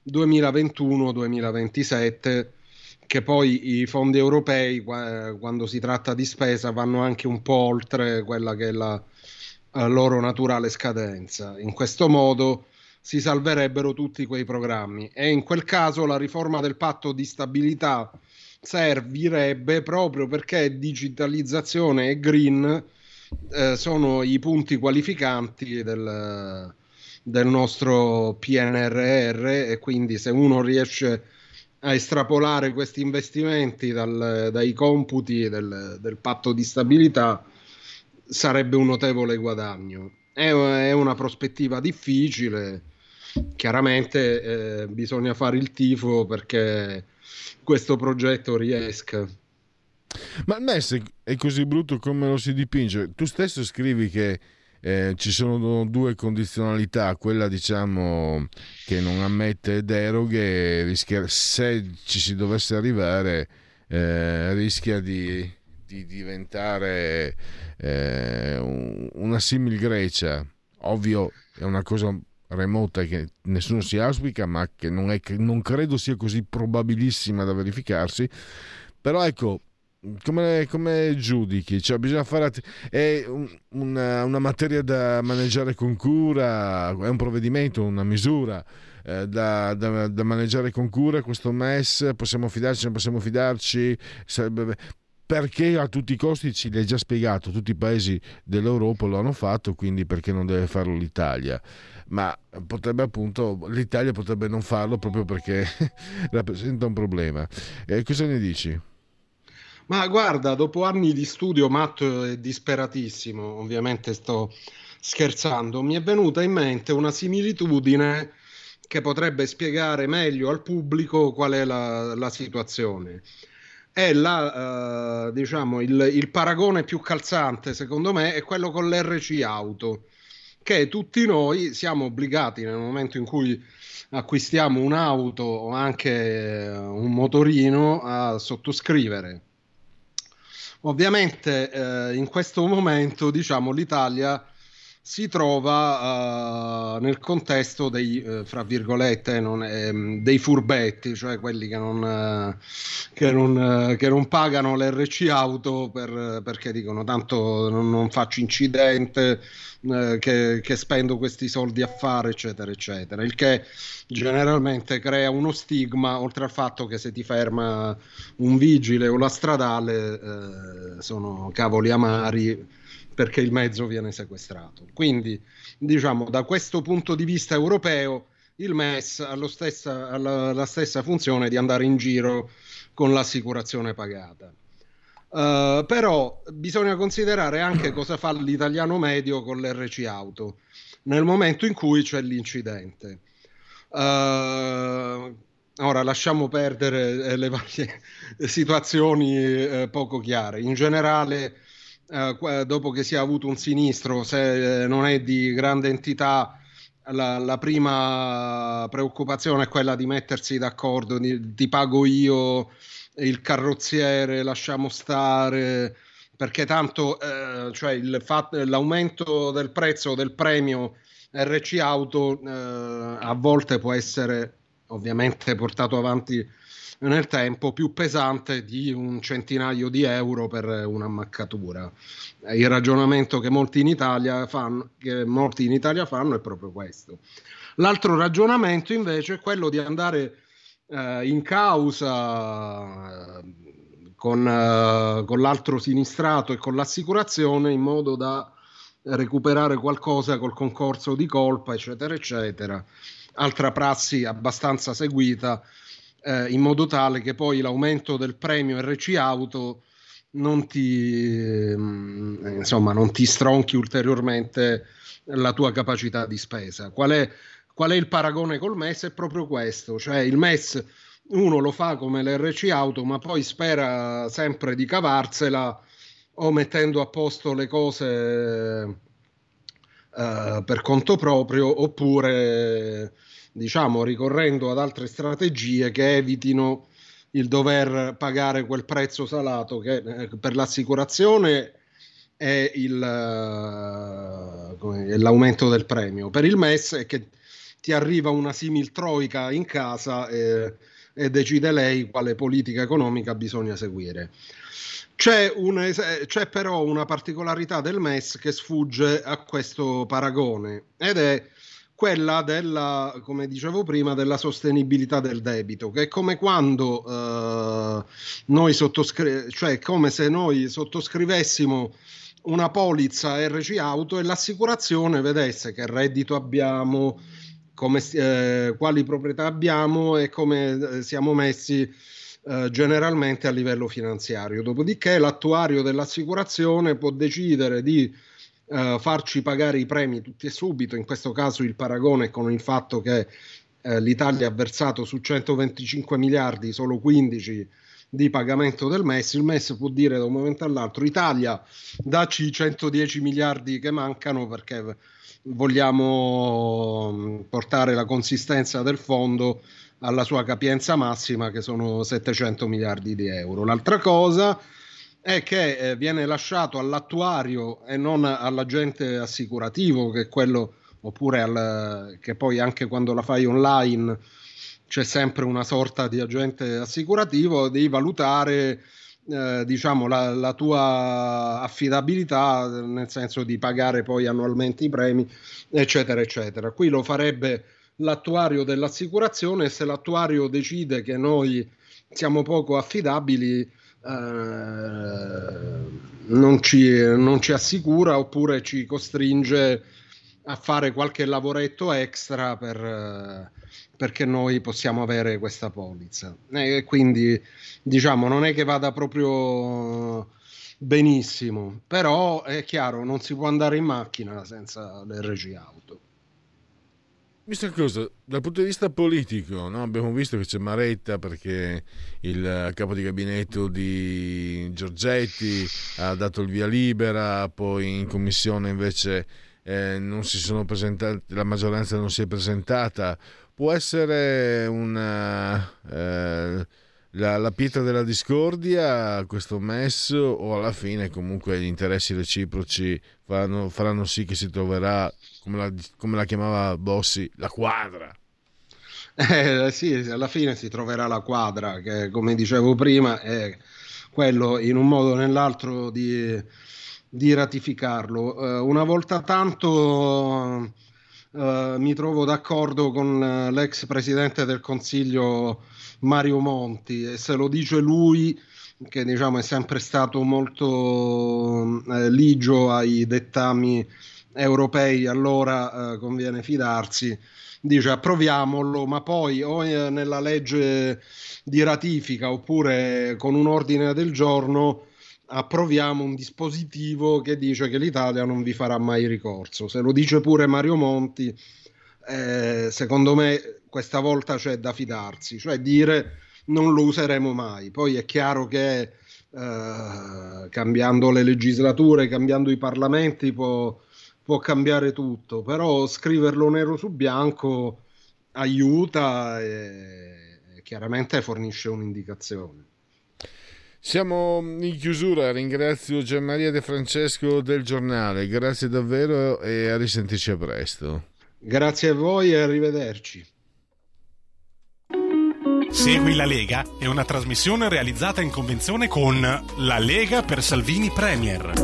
Speaker 15: 2021-2027, che poi i fondi europei, quando si tratta di spesa, vanno anche un po' oltre quella che è la loro naturale scadenza. In questo modo si salverebbero tutti quei programmi, e in quel caso la riforma del patto di stabilità servirebbe proprio perché digitalizzazione e green sono i punti qualificanti del nostro PNRR, e quindi se uno riesce a estrapolare questi investimenti dai computi del patto di stabilità sarebbe un notevole guadagno. È una prospettiva difficile, chiaramente bisogna fare il tifo perché questo progetto riesca.
Speaker 2: Ma il MES è così brutto come lo si dipinge? Tu stesso scrivi che ci sono due condizionalità, quella diciamo che non ammette deroghe, rischia, se ci si dovesse arrivare, rischia di diventare una simil Grecia. Ovvio, è una cosa remota che nessuno si auspica, ma che non credo sia così probabilissima da verificarsi. Però ecco, come giudichi? Cioè, bisogna fare è una materia da maneggiare con cura, è un provvedimento, una misura da maneggiare con cura questo MES. Possiamo fidarci, non possiamo fidarci? Perché a tutti i costi, ci l'hai già spiegato, tutti i paesi dell'Europa lo hanno fatto, quindi perché non deve farlo l'Italia? Ma l'Italia potrebbe non farlo proprio perché rappresenta un problema. Cosa ne dici?
Speaker 15: Ma guarda, dopo anni di studio matto e disperatissimo, ovviamente sto scherzando, mi è venuta in mente una similitudine che potrebbe spiegare meglio al pubblico qual è la situazione. È diciamo, il paragone più calzante, secondo me, è quello con l'RC auto, che tutti noi siamo obbligati, nel momento in cui acquistiamo un'auto o anche un motorino, a sottoscrivere. Ovviamente in questo momento, diciamo, l'Italia si trova nel contesto dei, fra virgolette, dei furbetti, cioè quelli che non pagano l'RC auto perché dicono tanto non faccio incidente, che spendo questi soldi a fare, eccetera, eccetera. Il che generalmente crea uno stigma, oltre al fatto che se ti ferma un vigile o la stradale sono cavoli amari, perché il mezzo viene sequestrato. Quindi, diciamo, da questo punto di vista europeo, il MES ha la stessa funzione di andare in giro con l'assicurazione pagata. Però bisogna considerare anche cosa fa l'italiano medio con l'RC auto nel momento in cui c'è l'incidente. Ora lasciamo perdere le varie situazioni poco chiare. In generale, dopo che si è avuto un sinistro, se non è di grande entità, la prima preoccupazione è quella di mettersi d'accordo, ti pago io il carrozziere, lasciamo stare, perché tanto cioè l'aumento del prezzo del premio RC auto a volte può essere ovviamente portato avanti nel tempo più pesante di un centinaio di euro per un'ammaccatura. Il ragionamento che molti in Italia fanno è proprio questo. L'altro ragionamento invece è quello di andare in causa con l'altro sinistrato e con l'assicurazione in modo da recuperare qualcosa col concorso di colpa, eccetera, eccetera. Altra prassi abbastanza seguita, in modo tale che poi l'aumento del premio RC auto non ti stronchi ulteriormente la tua capacità di spesa. Qual è il paragone col MES? È proprio questo, cioè il MES uno lo fa come l'RC auto, ma poi spera sempre di cavarsela o mettendo a posto le cose per conto proprio, oppure diciamo ricorrendo ad altre strategie che evitino il dover pagare quel prezzo salato che per l'assicurazione è l'aumento del premio. Per il MES è che ti arriva una simil troica in casa e decide lei quale politica economica bisogna seguire. C'è però una particolarità del MES che sfugge a questo paragone, ed è quella della, come dicevo prima, della sostenibilità del debito, che è come quando cioè come se noi sottoscrivessimo una polizza RC Auto e l'assicurazione vedesse che reddito abbiamo, quali proprietà abbiamo e come siamo messi generalmente a livello finanziario. Dopodiché l'attuario dell'assicurazione può decidere di farci pagare i premi tutti e subito. In questo caso il paragone è con il fatto che l'Italia ha versato su 125 miliardi solo 15 di pagamento del MES. Il MES può dire da un momento all'altro: Italia, dacci i 110 miliardi che mancano perché vogliamo portare la consistenza del fondo alla sua capienza massima, che sono 700 miliardi di euro. L'altra cosa è che viene lasciato all'attuario e non all'agente assicurativo, che è quello, oppure che poi anche quando la fai online c'è sempre una sorta di agente assicurativo, di valutare diciamo la tua affidabilità, nel senso di pagare poi annualmente i premi, eccetera eccetera. Qui lo farebbe l'attuario dell'assicurazione, e se l'attuario decide che noi siamo poco affidabili non ci assicura, oppure ci costringe a fare qualche lavoretto extra perché noi possiamo avere questa polizza, e quindi diciamo non è che vada proprio benissimo, però è chiaro, non si può andare in macchina senza l'RC Auto.
Speaker 2: Questa cosa, dal punto di vista politico, no? Abbiamo visto che c'è Maretta perché il capo di gabinetto di Giorgetti ha dato il via libera, poi in commissione invece non si sono presentati, la maggioranza non si è presentata. Può essere la pietra della discordia questo MES, o alla fine comunque gli interessi reciproci faranno sì che si troverà, come la chiamava Bossi, la quadra?
Speaker 15: Sì, alla fine si troverà la quadra, che come dicevo prima è quello, in un modo o nell'altro, di ratificarlo. Una volta tanto mi trovo d'accordo con l'ex presidente del Consiglio Mario Monti, e se lo dice lui, che diciamo è sempre stato molto ligio ai dettami europei, allora conviene fidarsi. Dice: approviamolo, ma poi o nella legge di ratifica oppure con un ordine del giorno approviamo un dispositivo che dice che l'Italia non vi farà mai ricorso. Se lo dice pure Mario Monti, secondo me questa volta c'è da fidarsi, cioè dire non lo useremo mai. Poi è chiaro che cambiando le legislature, cambiando i parlamenti può cambiare tutto, però scriverlo nero su bianco aiuta e chiaramente fornisce un'indicazione.
Speaker 2: Siamo in chiusura, ringrazio Gianmaria De Francesco del Giornale, grazie davvero e a risentirci a presto.
Speaker 15: Grazie a voi e arrivederci.
Speaker 16: Segui la Lega è una trasmissione realizzata in convenzione con La Lega per Salvini Premier.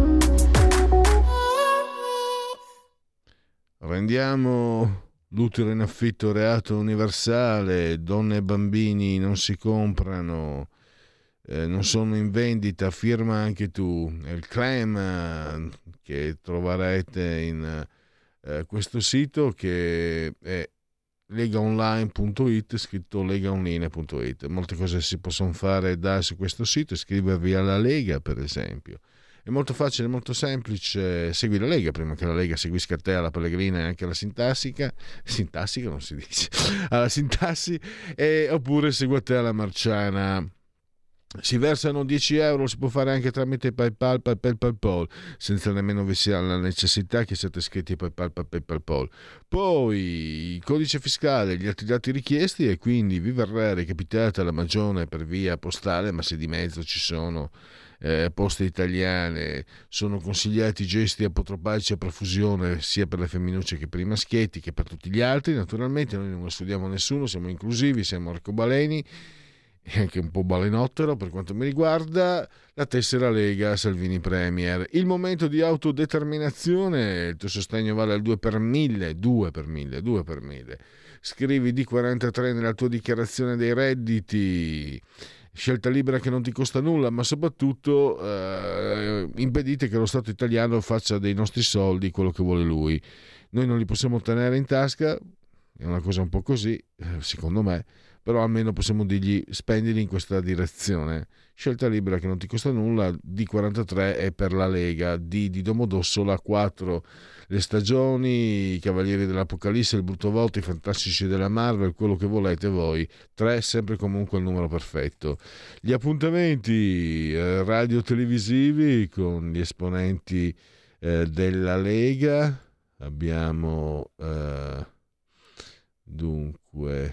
Speaker 2: Rendiamo l'utero in affitto reato universale, donne e bambini non si comprano, non sono in vendita, firma anche tu. È il claim che troverete in questo sito, che è legaonline.it, scritto legaonline.it. Molte cose si possono fare su questo sito, iscrivervi alla Lega per esempio. È molto facile, molto semplice. Segui la Lega prima che la Lega seguisca te, alla Pellegrina e anche alla sintassica non si dice, alla sintassi, oppure segua te alla Marciana. Si versano 10 euro, si può fare anche tramite PayPal, senza nemmeno vi sia la necessità che siate iscritti a PayPal. Poi il codice fiscale, gli altri dati richiesti, e quindi vi verrà recapitata la magione per via postale, ma se di mezzo ci sono poste italiane, sono consigliati gesti apotropaici a profusione sia per le femminucce che per i maschietti che per tutti gli altri. Naturalmente noi non studiamo nessuno, siamo inclusivi, siamo arcobaleni. e anche un po' balenottero per quanto mi riguarda, la tessera Lega Salvini Premier. Il momento di autodeterminazione, il tuo sostegno vale al 2 per 1000, 2 per 1000, 2 per 1000. Scrivi D43 nella tua dichiarazione dei redditi. Scelta libera che non ti costa nulla, ma soprattutto impedite che lo Stato italiano faccia dei nostri soldi quello che vuole lui. Noi non li possiamo tenere in tasca, è una cosa un po' così, secondo me, però almeno possiamo dirgli spendili in questa direzione. Scelta libera che non ti costa nulla. D43 è per la Lega, D di Domodossola, 4 le stagioni, i Cavalieri dell'Apocalisse, il brutto voto, i fantastici della Marvel, quello che volete voi. 3 sempre comunque il numero perfetto. Gli appuntamenti radio-televisivi con gli esponenti della Lega. Abbiamo dunque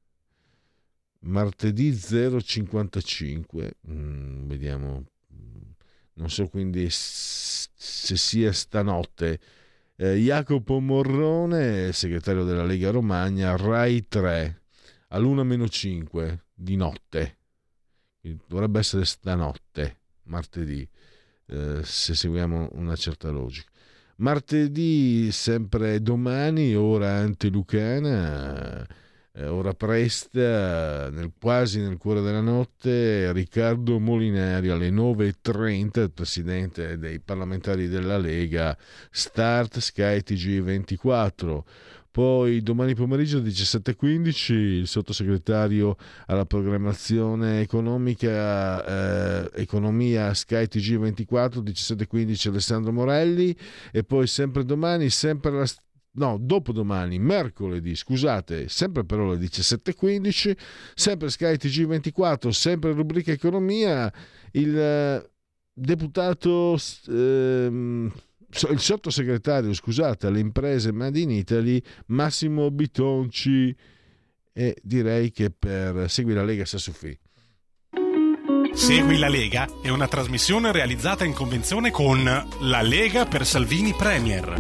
Speaker 2: martedì 055, vediamo, non so quindi se sia stanotte, Jacopo Morrone, segretario della Lega Romagna, Rai 3 all'1-5 di notte, dovrebbe essere stanotte, martedì, se seguiamo una certa logica. Martedì, sempre domani, ora antelucana, ora presta, quasi nel cuore della notte, Riccardo Molinari alle 9.30, il presidente dei parlamentari della Lega, start Sky TG24. Poi domani pomeriggio 17.15 il sottosegretario alla programmazione economica, economia Sky TG24, 17.15 Alessandro Morelli. E poi sempre domani, dopodomani, mercoledì, scusate, sempre però alle 17.15, sempre Sky TG24, sempre rubrica economia, il deputato, il sottosegretario, scusate, alle imprese Made in Italy, Massimo Bitonci, e direi che per Segui la Lega Sassufi.
Speaker 16: Segui la Lega è una trasmissione realizzata in convenzione con La Lega per Salvini Premier.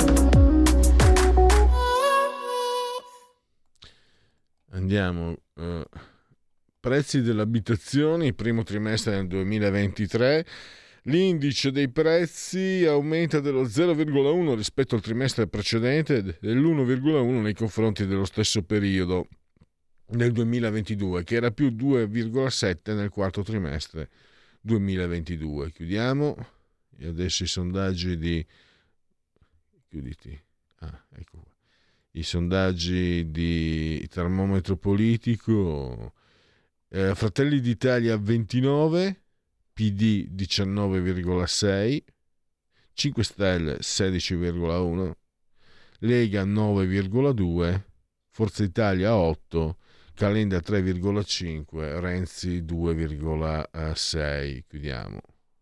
Speaker 2: Andiamo, prezzi delle abitazioni, primo trimestre del 2023, l'indice dei prezzi aumenta dello 0,1 rispetto al trimestre precedente e dell'1,1 nei confronti dello stesso periodo nel 2022, che era più 2,7 nel quarto trimestre 2022. Chiudiamo, e adesso i sondaggi di... Chiuditi. Ecco qua. I sondaggi di termometro politico, Fratelli d'Italia 29, PD 19,6, 5 Stelle 16,1, Lega 9,2, Forza Italia 8, Calenda 3,5, Renzi 2,6. Chiudiamo.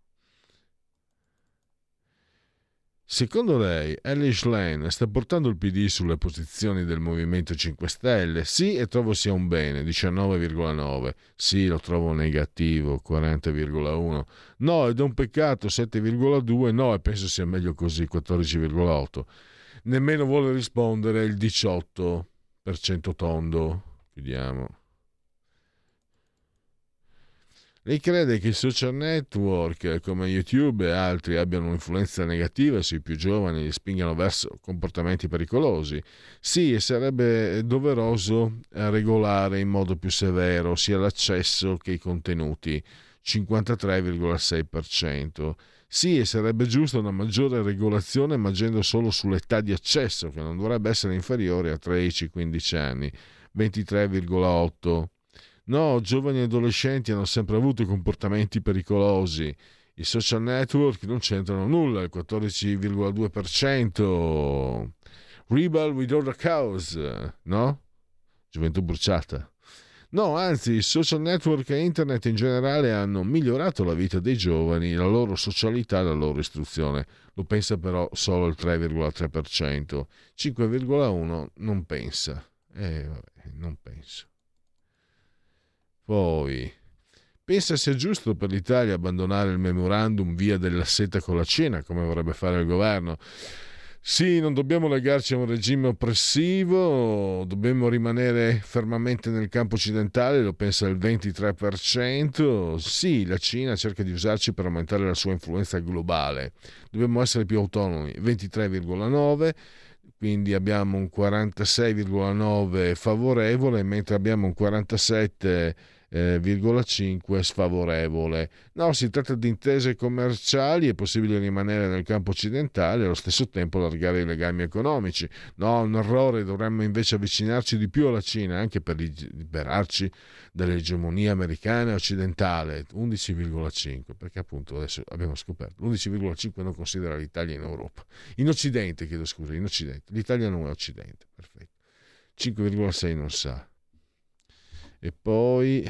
Speaker 2: Secondo lei, Elly Schlein sta portando il PD sulle posizioni del Movimento 5 Stelle? Sì, e trovo sia un bene, 19,9. Sì, lo trovo negativo, 40,1. No, ed è un peccato, 7,2. No, e penso sia meglio così, 14,8. Nemmeno vuole rispondere il 18% tondo. Chiudiamo. Lei crede che i social network come YouTube e altri abbiano un'influenza negativa sui più giovani e li spingano verso comportamenti pericolosi? Sì, e sarebbe doveroso regolare in modo più severo sia l'accesso che i contenuti, 53,6%. Sì, e sarebbe giusta una maggiore regolazione, ma agendo solo sull'età di accesso, che non dovrebbe essere inferiore a 13-15 anni, 23,8%. No, giovani e adolescenti hanno sempre avuto comportamenti pericolosi. I social network non c'entrano nulla, il 14,2%. Rebel without a cause, no? Gioventù bruciata. No, anzi, i social network e internet in generale hanno migliorato la vita dei giovani, la loro socialità e la loro istruzione. Lo pensa però solo il 3,3%. 5,1% non pensa. Non penso. Poi, pensa sia giusto per l'Italia abbandonare il memorandum via della seta con la Cina, come vorrebbe fare il governo? Sì, non dobbiamo legarci a un regime oppressivo, dobbiamo rimanere fermamente nel campo occidentale, lo pensa il 23%. Sì, la Cina cerca di usarci per aumentare la sua influenza globale. Dobbiamo essere più autonomi, 23,9%. Quindi abbiamo un 46,9 favorevole, mentre abbiamo un 47,5 sfavorevole. No, si tratta di intese commerciali, è possibile rimanere nel campo occidentale e allo stesso tempo allargare i legami economici. No, un errore, dovremmo invece avvicinarci di più alla Cina, anche per liberarci dall'egemonia americana e occidentale. 11,5, perché appunto adesso abbiamo scoperto l'11,5 non considera l'Italia in Europa, in Occidente, chiedo scusa, in Occidente. L'Italia non è Occidente, perfetto. 5,6 non sa. E poi,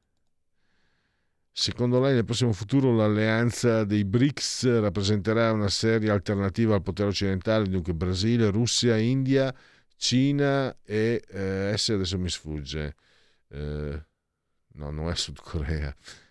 Speaker 2: secondo lei nel prossimo futuro l'alleanza dei BRICS rappresenterà una seria alternativa al potere occidentale, dunque Brasile, Russia, India, Cina e adesso mi sfugge, no, non è Sud Corea,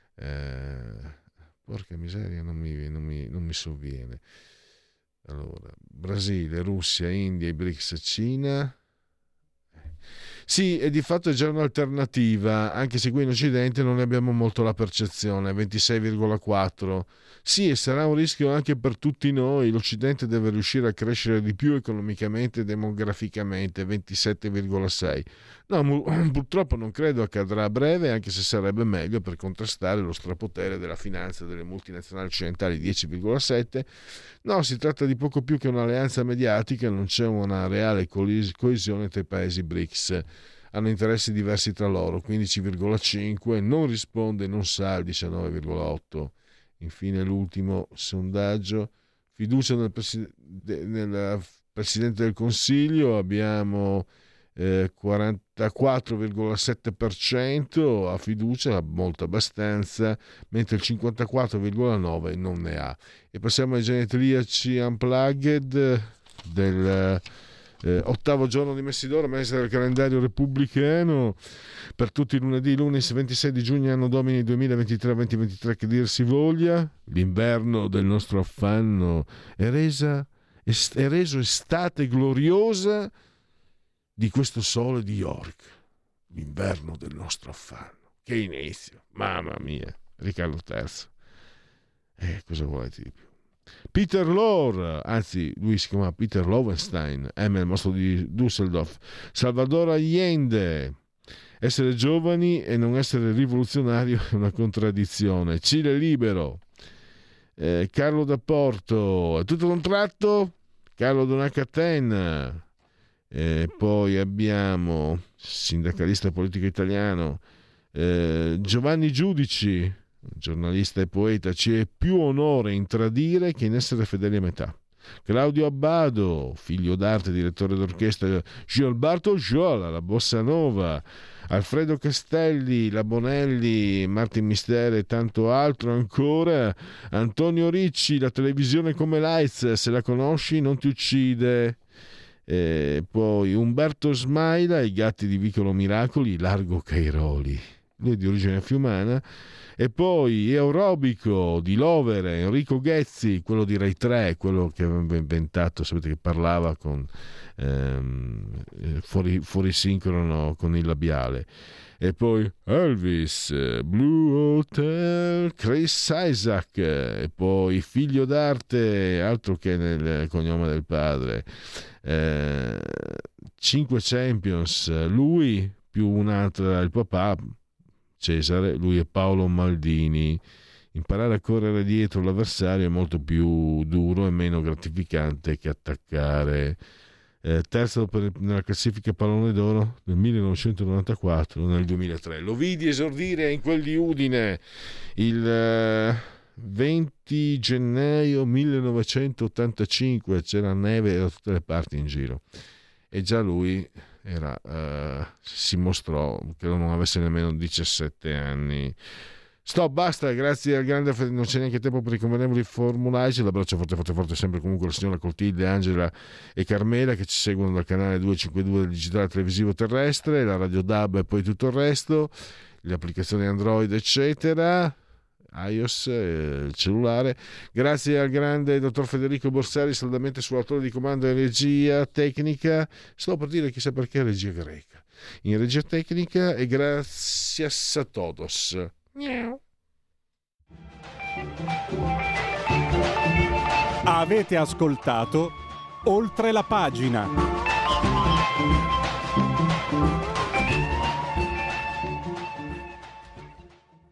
Speaker 2: porca miseria, non mi sovviene. Allora, Brasile, Russia, India, i BRICS, Cina. Sì, e di fatto è già un'alternativa, anche se qui in Occidente non ne abbiamo molto la percezione, 26,4. Sì, e sarà un rischio anche per tutti noi, l'Occidente deve riuscire a crescere di più economicamente e demograficamente, 27,6. No, purtroppo non credo accadrà a breve, anche se sarebbe meglio per contrastare lo strapotere della finanza delle multinazionali occidentali, 10,7. No, si tratta di poco più che un'alleanza mediatica, non c'è una reale coesione tra i paesi BRICS. Hanno interessi diversi tra loro, 15,5, non risponde, non sa il 19,8. Infine l'ultimo sondaggio, fiducia nel Presidente del Consiglio, abbiamo 44,7% a fiducia, molto abbastanza, mentre il 54,9% non ne ha. E passiamo ai genetriaci unplugged del ottavo giorno di Messidoro, mese del calendario repubblicano, per tutti i lunedì, lunis 26 di giugno, anno domini 2023, che dir si voglia. L'inverno del nostro affanno è reso estate gloriosa di questo sole di York. L'inverno del nostro affanno, che inizio, mamma mia. Riccardo III, cosa volete di più? Peter Lorre, anzi lui si chiama Peter Lowenstein, il mostro di Düsseldorf. Salvador Allende, essere giovani e non essere rivoluzionario è una contraddizione. Cile libero. Carlo da Porto, è tutto contratto. Carlo Donacaten. Poi abbiamo sindacalista politico italiano, Giovanni Giudici, giornalista e poeta. Ci è più onore in tradire che in essere fedeli a metà. Claudio Abbado, figlio d'arte, direttore d'orchestra Gilberto Giola, la Bossa Nova. Alfredo Castelli, la Bonelli, Martin Mistere e tanto altro ancora. Antonio Ricci, la televisione come Lights, se la conosci non ti uccide. Poi Umberto Smaila, i gatti di Vicolo Miracoli, Largo Cairoli, lui è di origine fiumana. E poi Aerobico di Lovere, Enrico Ghezzi, quello di Rai 3, quello che aveva inventato, sapete, che parlava con fuori sincrono con il labiale. E poi Elvis, Blue Hotel, Chris Isaac, e poi figlio d'arte, altro che nel cognome del padre. 5 Champions, lui più un'altra, il papà Cesare, lui è Paolo Maldini. Imparare a correre dietro l'avversario è molto più duro e meno gratificante che attaccare. Terzo nella classifica Pallone d'Oro nel 1994, nel 2003 lo vidi esordire in quel di Udine il 20 gennaio 1985, c'era neve da tutte le parti in giro e già lui si mostrò che non avesse nemmeno 17 anni. Stop, basta, grazie al grande, non c'è neanche tempo per i convenevoli formulaici. L'abbraccio forte sempre comunque la signora Coltilde, Angela e Carmela che ci seguono dal canale 252 del digitale televisivo terrestre, la radio DAB e poi tutto il resto, le applicazioni Android eccetera. iOS, il cellulare. Grazie al grande dottor Federico Borsari, saldamente sull'autore di comando in regia tecnica. Stavo per dire chissà perché regia greca. In regia tecnica, e grazie a todos. Miau.
Speaker 1: Avete ascoltato Oltre la pagina.